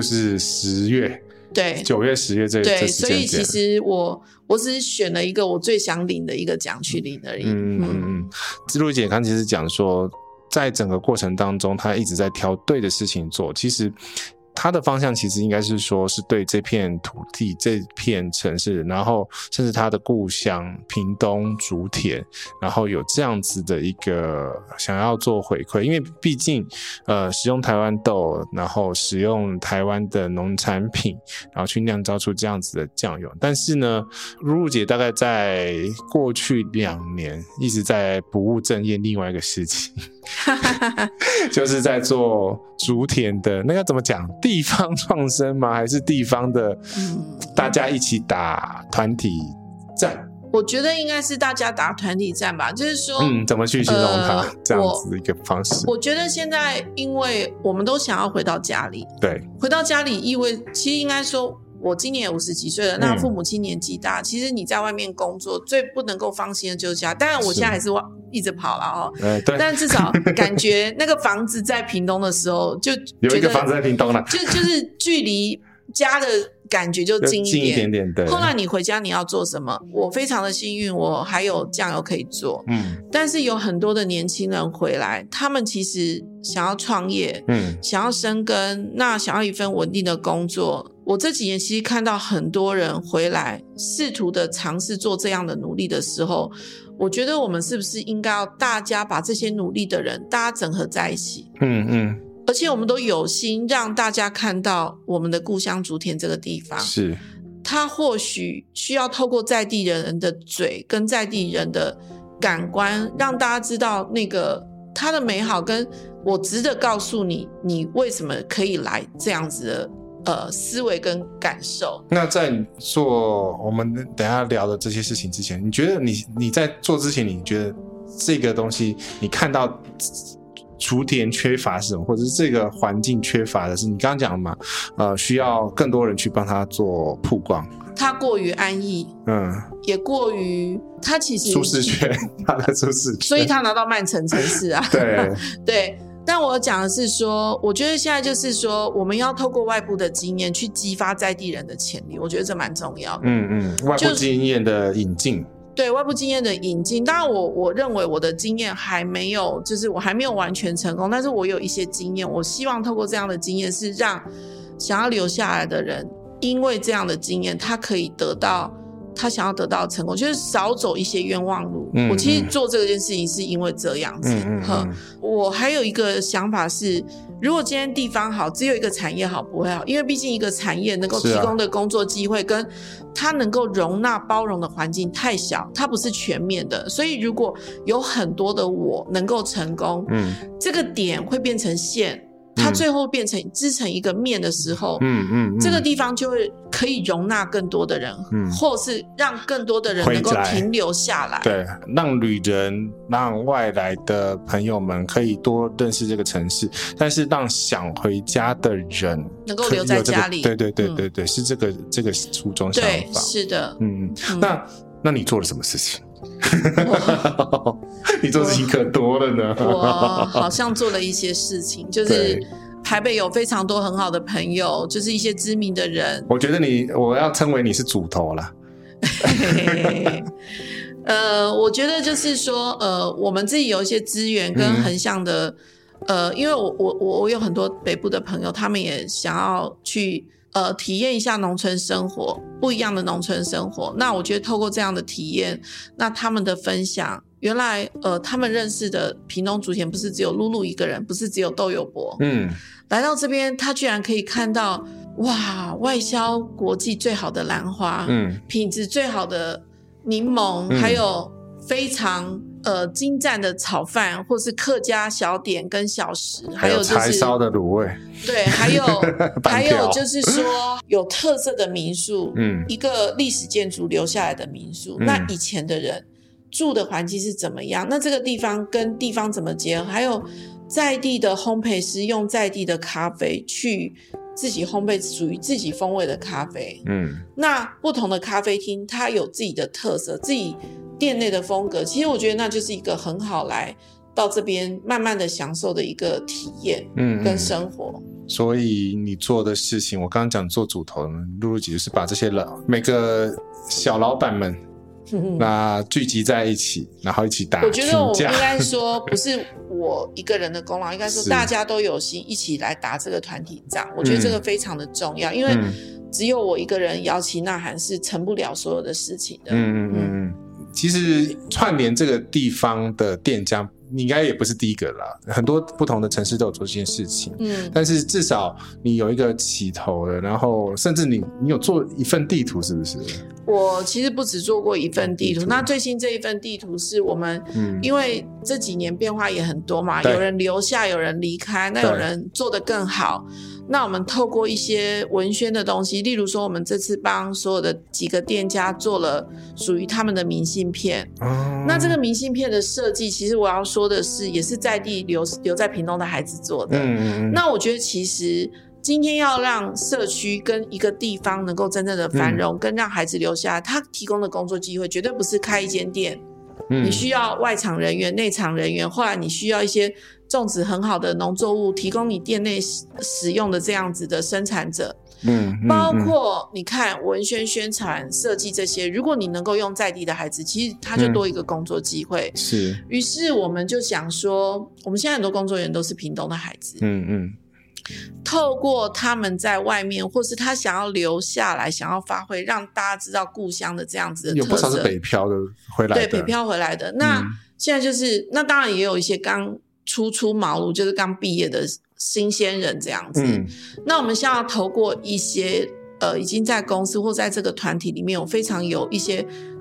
[SPEAKER 2] 10月，
[SPEAKER 3] 对
[SPEAKER 2] ，9月、10月这时间点。
[SPEAKER 3] 所以其实我只是选了一个我最想领的一个奖去领而已。
[SPEAKER 2] 露姐刚其实讲说，在整个过程当中，她一直在挑对的事情做，其实。他的方向其实应该是说是对这片土地这片城市，然后甚至他的故乡屏东竹田，然后有这样子的一个想要做回馈，因为毕竟使用台湾豆，然后使用台湾的农产品，然后去酿造出这样子的酱油。但是呢，露露姐大概在过去2年一直在不务正业另外一个事情就是在做竹田的那个怎么讲，地方创生吗？还是地方的大家一起打团体战？
[SPEAKER 3] 我觉得应该是大家打团体战吧，就是说
[SPEAKER 2] 怎么去形容它这样子一个方式。
[SPEAKER 3] 我觉得现在因为我们都想要回到家里，
[SPEAKER 2] 对，回
[SPEAKER 3] 到家里意味其实应该说我今年也50几岁了，那父母亲年纪大，其实你在外面工作最不能够放心的就是家，当然我现在还是一直跑了但至少感觉那个房子在屏东的时候就
[SPEAKER 2] 有一个房子在屏东了，
[SPEAKER 3] 就是距离家的感觉就近一点
[SPEAKER 2] 点。对，
[SPEAKER 3] 后来你回家你要做什么？我非常的幸运，我还有酱油可以做。但是有很多的年轻人回来，他们其实想要创业，想要生根，那想要一份稳定的工作。我这几年其实看到很多人回来，试图的尝试做这样的努力的时候，我觉得我们是不是应该要大家把这些努力的人，大家整合在一起？而且我们都有心让大家看到我们的故乡竹田这个地方，
[SPEAKER 2] 是
[SPEAKER 3] 他或许需要透过在地人的嘴跟在地人的感官，让大家知道那个它的美好跟我值得告诉你你为什么可以来这样子的思维跟感受。
[SPEAKER 2] 那在你做我们等一下聊的这些事情之前，你觉得你在做之前，你觉得这个东西你看到雏田缺乏是什么，或者是这个环境缺乏的是你刚刚讲的嘛？需要更多人去帮他做曝光。
[SPEAKER 3] 他过于安逸，也过于他其实
[SPEAKER 2] 舒适圈，他的舒适圈，
[SPEAKER 3] 所以他拿到曼城城市啊。
[SPEAKER 2] 对
[SPEAKER 3] 对，但我讲的是说，我觉得现在就是说，我们要透过外部的经验去激发在地人的潜力，我觉得这蛮重要的。
[SPEAKER 2] 外部经验的引进。
[SPEAKER 3] 对，外部经验的引进，当然我认为我的经验还没有，就是我还没有完全成功，但是我有一些经验，我希望透过这样的经验是让想要留下来的人因为这样的经验他可以得到他想要得到的成功，就是少走一些冤枉路。我其实做这件事情是因为这样子。我还有一个想法是，如果今天地方好，只有一个产业好不会好，因为毕竟一个产业能够提供的工作机会跟它能够容纳包容的环境太小，它不是全面的，所以如果有很多的我能够成功，这个点会变成线，它最后变成织成一个面的时候，这个地方就会可以容纳更多的人，或是让更多的人能够停留下来。
[SPEAKER 2] 对，让旅人、让外来的朋友们可以多认识这个城市，但是让想回家的人
[SPEAKER 3] 能够留在家里。
[SPEAKER 2] 对，是这个初衷想法。
[SPEAKER 3] 对，是的。
[SPEAKER 2] 那你做了什么事情？你做事情可多了呢。
[SPEAKER 3] 我好像做了一些事情，就是台北有非常多很好的朋友，就是一些知名的人。
[SPEAKER 2] 我觉得我要称为你是主头啦。
[SPEAKER 3] 我觉得就是说，我们自己有一些资源跟横向的，因为我有很多北部的朋友，他们也想要去体验一下农村生活，不一样的农村生活。那我觉得透过这样的体验，那他们的分享，原来他们认识的屏东竹田不是只有露露一个人，不是只有窦友伯。来到这边，他居然可以看到哇，外销国际最好的兰花，品质最好的柠檬，还有非常精湛的炒饭，或是客家小点跟小食，还有
[SPEAKER 2] 柴烧的卤味。
[SPEAKER 3] 对，还有就是说有特色的民宿，一个历史建筑留下来的民宿，那以前的人住的环境是怎么样？那这个地方跟地方怎么结合？还有在地的烘焙师用在地的咖啡去自己烘焙属于自己风味的咖啡。那不同的咖啡厅它有自己的特色，自己店内的风格，其实我觉得那就是一个很好来到这边慢慢的享受的一个体验跟生活。
[SPEAKER 2] 所以你做的事情，我刚刚讲做主头，露露姐就是把这些每个小老板们那聚集在一起，然后一起打群架。
[SPEAKER 3] 我觉得我应该说不是我一个人的功劳，应该说大家都有心一起来打这个团体仗。我觉得这个非常的重要，因为只有我一个人摇旗呐喊是成不了所有的事情的。
[SPEAKER 2] 其实串联这个地方的店家，你应该也不是第一个啦，很多不同的城市都有做这件事情。但是至少你有一个起头了，然后甚至你有做一份地图，是不是？
[SPEAKER 3] 我其实不只做过一份地图，那最新这一份地图是我们因为这几年变化也很多嘛，有人留下，有人离开，那有人做得更好。那我们透过一些文宣的东西，例如说我们这次帮所有的几个店家做了属于他们的明信片。那这个明信片的设计，其实我要说的是也是在地留在屏东的孩子做的。那我觉得其实今天要让社区跟一个地方能够真正的繁荣，跟让孩子留下来，他提供的工作机会绝对不是开一间店。你需要外场人员、内场人员，后来你需要一些种植很好的农作物，提供你店内使用的这样子的生产者。包括你看文宣宣传设计这些，如果你能够用在地的孩子，其实他就多一个工作机会。
[SPEAKER 2] 是，
[SPEAKER 3] 于是我们就想说，我们现在很多工作人员都是屏东的孩子。透过他们在外面，或是他想要留下来，想要发挥，让大家知道故乡的这样子的特色。
[SPEAKER 2] 有不少是北漂的回来的，
[SPEAKER 3] 对，北漂回来的。那现在就是，那当然也有一些刚初茅庐，就是刚毕业的新鲜人这样子。那我们现在要透过一些已经在公司或在这个团体里面有非常有一些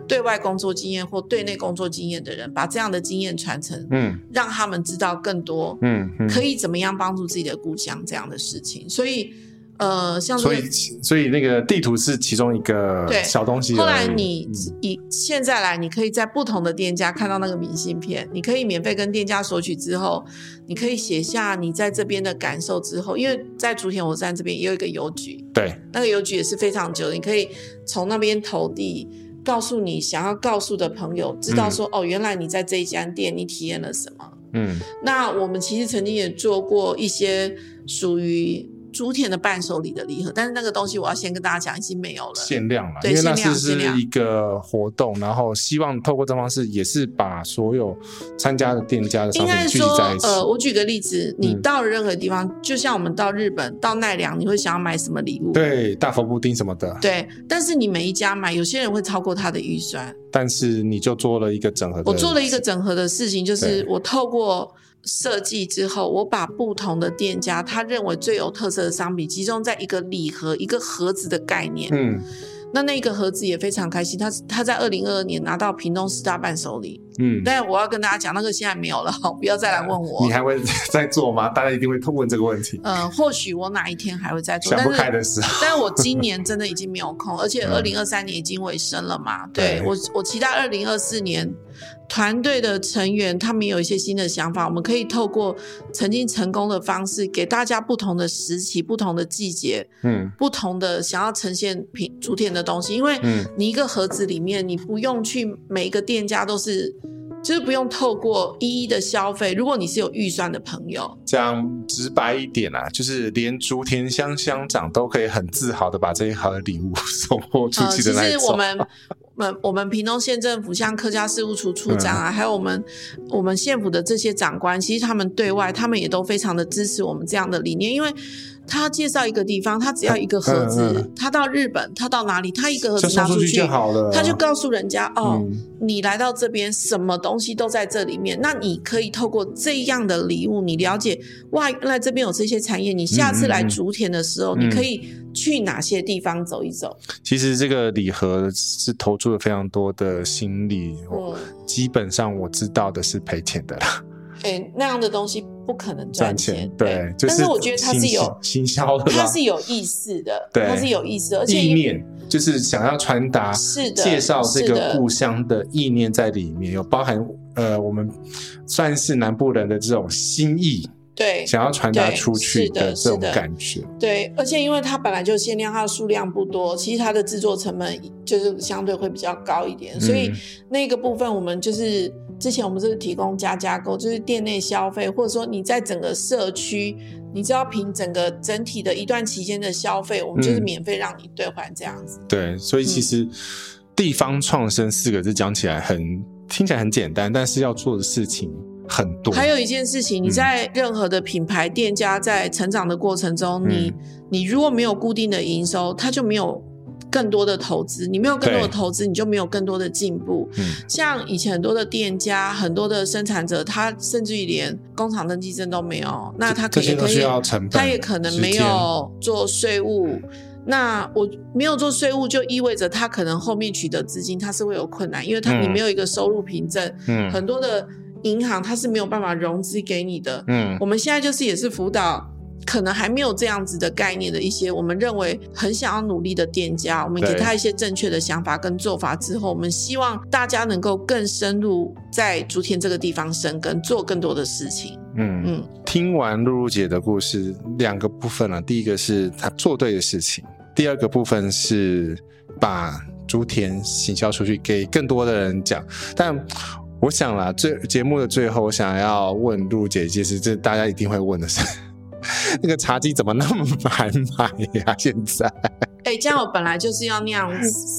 [SPEAKER 3] 对外工作经验或对内工作经验的人，把这样的经验传承，让他们知道更多，可以怎么样帮助自己的故乡这样的事情。所以像
[SPEAKER 2] 所以那个地图是其中一个小东西。
[SPEAKER 3] 后来你现在来，你可以在不同的店家看到那个明信片，你可以免费跟店家索取之后，你可以写下你在这边的感受之后，因为在竹田火车站这边也有一个邮局，
[SPEAKER 2] 对，
[SPEAKER 3] 那个邮局也是非常久的，你可以从那边投递，告诉你想要告诉的朋友，知道说原来你在这一家店你体验了什么。那我们其实曾经也做过一些属于竹田的伴手礼的礼盒，但是那个东西我要先跟大家讲已经没有了，
[SPEAKER 2] 限量了，因为那是一个活动，然后希望透过这方式也是把所有参加的店家的商品聚集在一起。
[SPEAKER 3] 我举个例子，你到任何地方，就像我们到日本到奈良，你会想要买什么礼物？
[SPEAKER 2] 对，大佛布丁什么的。
[SPEAKER 3] 对，但是你每一家买，有些人会超过他的预算，
[SPEAKER 2] 但是你就做了一个整合的。
[SPEAKER 3] 我做了一个整合的事情，就是我透过设计之后，我把不同的店家他认为最有特色的商品集中在一个礼盒一个盒子的概念。那个盒子也非常开心，他在2022年拿到屏东10大伴手礼。但我要跟大家讲，那个现在没有了，不要再来问我。
[SPEAKER 2] 你还会再做吗？大家一定会问这个问题。
[SPEAKER 3] 或许我哪一天还会再做，
[SPEAKER 2] 想不开的时候。
[SPEAKER 3] 但是我今年真的已经没有空，而且2023年已经尾声了嘛。对，我期待2024年团队的成员他们有一些新的想法，我们可以透过曾经成功的方式，给大家不同的时期、不同的季节，不同的想要呈现竹田的东西。因为你一个盒子里面，你不用去每一个店家都是。就是不用透过一一的消费，如果你是有预算的朋友，
[SPEAKER 2] 讲直白一点啊，就是连竹田乡乡长都可以很自豪的把这一盒礼物送货出去的那一种。
[SPEAKER 3] 其实我们屏东县政府像客家事务处处长啊，还有我们县府的这些长官，其实他们对外他们也都非常的支持我们这样的理念，因为他介绍一个地方，他只要一个盒子，他到日本，他到哪里，他一个盒子拿出去
[SPEAKER 2] 就好了，
[SPEAKER 3] 他就告诉人家你来到这边，什么东西都在这里面。那你可以透过这样的礼物，你了解哇，原来这边有这些产业。你下次来竹田的时候，你可以去哪些地方走一走。
[SPEAKER 2] 其实这个礼盒是投注了非常多的心力，基本上我知道的是赔钱的啦。
[SPEAKER 3] 那样的东西不可能赚钱，
[SPEAKER 2] 对，
[SPEAKER 3] 但是我觉得它是有
[SPEAKER 2] 行销的，
[SPEAKER 3] 它是有意思的，
[SPEAKER 2] 对，
[SPEAKER 3] 它是有意思的，而且
[SPEAKER 2] 意念就是想要传达，介绍这个故乡的意念在里面，有包含我们算是南部人的这种心意，
[SPEAKER 3] 对，
[SPEAKER 2] 想要传达出去的这种感觉，
[SPEAKER 3] 对，而且因为它本来就限量，它的数量不多，其实它的制作成本就是相对会比较高一点，所以那个部分我们就是之前我们是提供加购，就是店内消费，或者说你在整个社区，你只要凭整体的一段期间的消费，我们就是免费让你兑换这样子。
[SPEAKER 2] 对，所以其实地方创生4个字讲起来听起来很简单，但是要做的事情很多。
[SPEAKER 3] 还有一件事情，你在任何的品牌店家在成长的过程中，你如果没有固定的营收，它就没有更多的投资，你没有更多的投资，你就没有更多的进步。像以前很多的店家，很多的生产者，他甚至于连工厂登记证都没有，那他
[SPEAKER 2] 这些都需要成本，
[SPEAKER 3] 他也可能没有做税务。那我没有做税务，就意味着他可能后面取得资金他是会有困难，因为你没有一个收入凭证，很多的银行它是没有办法融资给你的。我们现在就是也是辅导可能还没有这样子的概念的一些我们认为很想要努力的店家，我们给他一些正确的想法跟做法之后，我们希望大家能够更深入在竹田这个地方生根，做更多的事情。
[SPEAKER 2] 听完露露姐的故事2个部分了，第一个是她做对的事情，第二个部分是把竹田行销出去给更多的人讲。但我想啦，节目的最后我想要问露露姐一件事，这大家一定会问的是那个茶几怎么那么难买呀？现在
[SPEAKER 3] 这样我本来就是要酿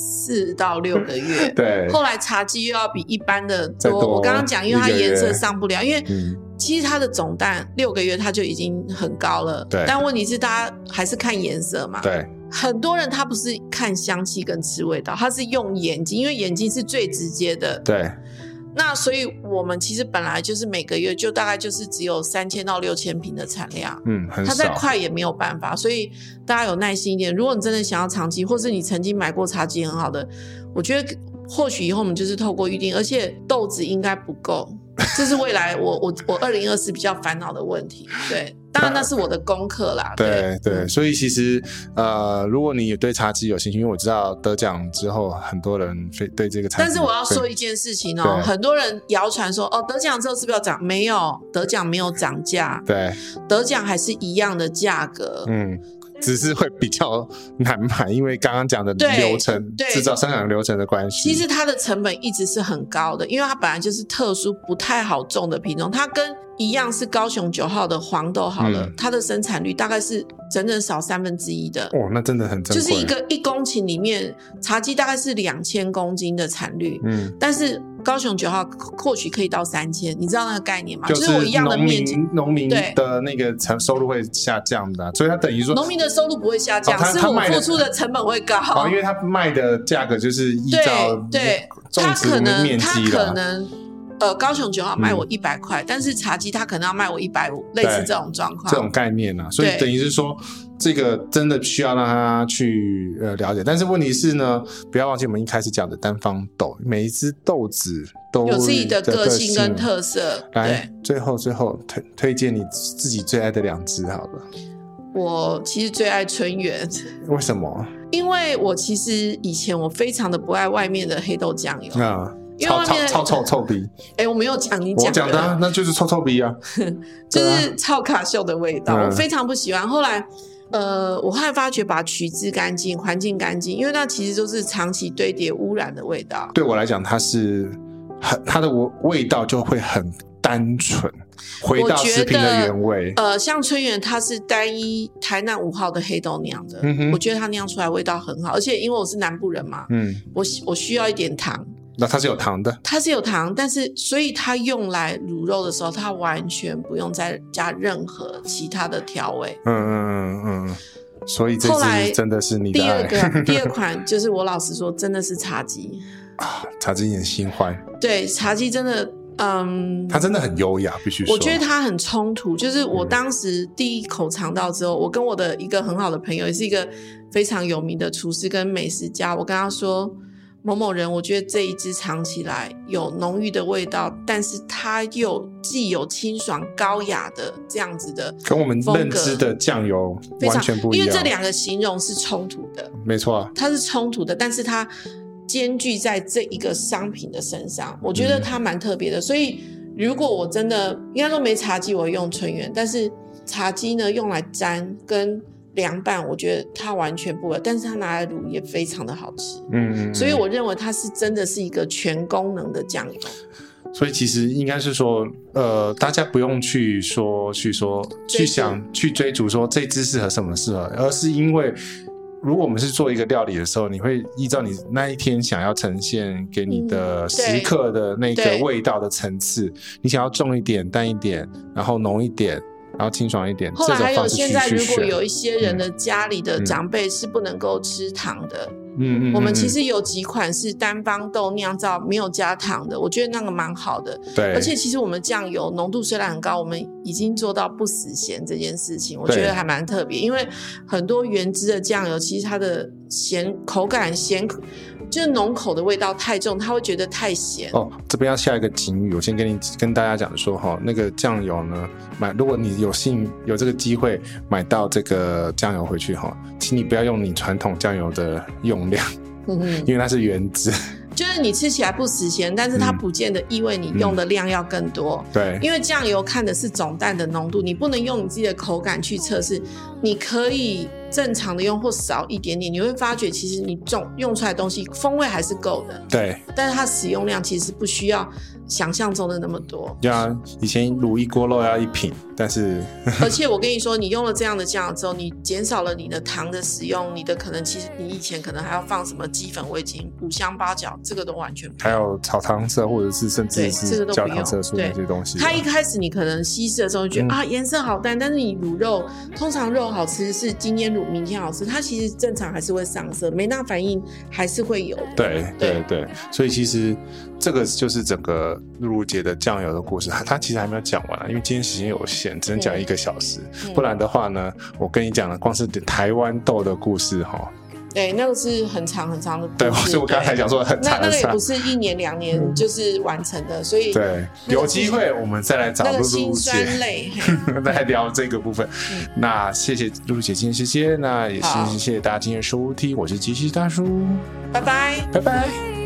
[SPEAKER 3] 4到6个月，
[SPEAKER 2] 对，
[SPEAKER 3] 后来茶几又要比一般的多。我刚刚讲，因为它颜色上不了，因为其实它的总蛋6个月它就已经很高了，
[SPEAKER 2] 对。
[SPEAKER 3] 但问题是大家还是看颜色嘛，
[SPEAKER 2] 对。
[SPEAKER 3] 很多人他不是看香气跟吃味道，他是用眼睛，因为眼睛是最直接的，
[SPEAKER 2] 对。
[SPEAKER 3] 那所以我们其实本来就是每个月就大概就是只有3000到6000瓶的产量，
[SPEAKER 2] 很少，
[SPEAKER 3] 它再快也没有办法，所以大家有耐心一点。如果你真的想要长期，或是你曾经买过茶几很好的，我觉得或许以后我们就是透过预定，而且豆子应该不够，这是未来我2024比较烦恼的问题。对，当然那是我的功课啦。
[SPEAKER 2] 对对，所以其实如果你对茶姬有兴趣，因为我知道得奖之后很多人对这个茶姬，
[SPEAKER 3] 但是我要说一件事情哦，很多人谣传说得奖之后是不是要涨？没有，得奖没有涨价，
[SPEAKER 2] 对，
[SPEAKER 3] 得奖还是一样的价格。
[SPEAKER 2] 只是会比较难买，因为刚刚讲的流程，制造生产流程的关系。
[SPEAKER 3] 其实它的成本一直是很高的，因为它本来就是特殊不太好种的品种，它跟一样是高雄9号的黄豆好了，它的生产率大概是整整少1/3的。
[SPEAKER 2] 那真的很珍贵。
[SPEAKER 3] 就是1公顷里面，茶姬大概是2000公斤的产率，但是高雄9号或许可以到3000，你知道那个概念吗？
[SPEAKER 2] 就是
[SPEAKER 3] 我一样的面积，
[SPEAKER 2] 农民的那个收入会下降的，所以它等于说
[SPEAKER 3] 农民的收入不会下降，是我付出的成本会高。
[SPEAKER 2] 因为它卖的价格就是依照种植的面积了。
[SPEAKER 3] 它可能高雄9号卖我100块，但是茶姬它可能要卖我150，类似这种状况，
[SPEAKER 2] 这种概念啊。所以等于是说，这个真的需要让他去了解。但是问题是呢，不要忘记我们一开始讲的单方豆，每一只豆子都
[SPEAKER 3] 有自己的个性跟特色。
[SPEAKER 2] 来，最后推荐你自己最爱的2只好了。
[SPEAKER 3] 我其实最爱春源。
[SPEAKER 2] 为什么？
[SPEAKER 3] 因为我其实以前我非常的不爱外面的黑豆酱油因为外面
[SPEAKER 2] 臭鼻。
[SPEAKER 3] 我没有讲，你讲的。
[SPEAKER 2] 我讲的那就是臭鼻啊，
[SPEAKER 3] 就是臭卡秀的味道，我非常不喜欢。后来我后来发觉把它取之干净，环境干净，因为那其实都是长期堆叠污染的味道。
[SPEAKER 2] 对我来讲，它的味道就会很单纯，回到食品的原味。
[SPEAKER 3] 像春源它是单一台南5号的黑豆酿的，我觉得它酿出来味道很好，而且因为我是南部人嘛，我需要一点糖。
[SPEAKER 2] 那它是有糖的，
[SPEAKER 3] 它是有糖，但是所以它用来卤肉的时候，它完全不用再加任何其他的调味。
[SPEAKER 2] 所以这支真的是你的爱。
[SPEAKER 3] 第二款就是我老实说，真的是茶姬
[SPEAKER 2] 茶姬你的心怀。
[SPEAKER 3] 对，茶姬真的，
[SPEAKER 2] 它真的很优雅，必须说。
[SPEAKER 3] 我觉得它很冲突，就是我当时第一口尝到之后，我跟我的一个很好的朋友，也是一个非常有名的厨师跟美食家，我跟他说。某某人，我觉得这一支尝起来有浓郁的味道，但是它又既有清爽高雅的这样子的风格，
[SPEAKER 2] 跟我们认知的酱油完全不一样。
[SPEAKER 3] 因为这2个形容是冲突的，
[SPEAKER 2] 没错，
[SPEAKER 3] 它是冲突的，但是它兼具在这一个商品的身上，我觉得它蛮特别的。所以如果我真的应该说没茶姬，我会用春源，但是茶姬呢用来沾跟凉拌，我觉得它完全不会，但是它拿来卤也非常的好吃。所以我认为它是真的是一个全功能的酱油。
[SPEAKER 2] 所以其实应该是说，大家不用去想去追逐说这支适合什么适合，而是因为如果我们是做一个料理的时候，你会依照你那一天想要呈现给你的食客的那个味道的层次，你想要重一点、淡一点，然后浓一点。然后清爽一点。
[SPEAKER 3] 后来还有现在，如果有一些人的家里的长辈是不能够吃糖的，我们其实有几款是单方豆酿造没有加糖的，我觉得那个蛮好的。
[SPEAKER 2] 对，
[SPEAKER 3] 而且其实我们酱油浓度虽然很高，我们已经做到不死咸这件事情，我觉得还蛮特别。因为很多原汁的酱油，其实它的咸口感就是浓口的味道太重，他会觉得太咸。
[SPEAKER 2] 这边要下一个警语，我先跟大家讲说那个酱油呢，如果你有这个机会买到这个酱油回去请你不要用你传统酱油的用量，因为它是原汁。
[SPEAKER 3] 就是你吃起来不死咸，但是它不见得意味你用的量要更多。
[SPEAKER 2] 对，
[SPEAKER 3] 因为酱油看的是总蛋的浓度，你不能用你自己的口感去测试，你可以正常的用或少一点点，你会发觉其实你用出来的东西风味还是够的。
[SPEAKER 2] 对，
[SPEAKER 3] 但是它使用量其实不需要想象中的那么多。
[SPEAKER 2] 以前卤一锅肉要1瓶，但是
[SPEAKER 3] 而且我跟你说，你用了这样的酱油之后，你减少了你的糖的使用，你的可能其实你以前可能还要放什么鸡粉、味精、五香八角，这个都完全不用。
[SPEAKER 2] 还有炒糖色或者是甚至是焦糖色素那些东西。
[SPEAKER 3] 它一开始你可能稀释的时候觉得颜色好淡，但是你卤肉通常肉好吃是今天卤明天好吃，它其实正常还是会上色，梅纳反应还是会有的。
[SPEAKER 2] 对，所以其实这个就是整个露露姐的酱油的故事，它其实还没有讲完因为今天时间有限，只能讲1个小时。不然的话呢，我跟你讲了，光是台湾豆的故事
[SPEAKER 3] 对，那个是很长很长的故事。
[SPEAKER 2] 对，所以我刚才讲说很长，
[SPEAKER 3] 那个也不是1年2年就是完成的，所以
[SPEAKER 2] 对，有机会我们再来找露露姐，再来聊这个部分。那谢谢露露姐今天时间，那也是谢谢大家今天收听，我是机器大叔，
[SPEAKER 3] 拜拜，
[SPEAKER 2] 拜拜。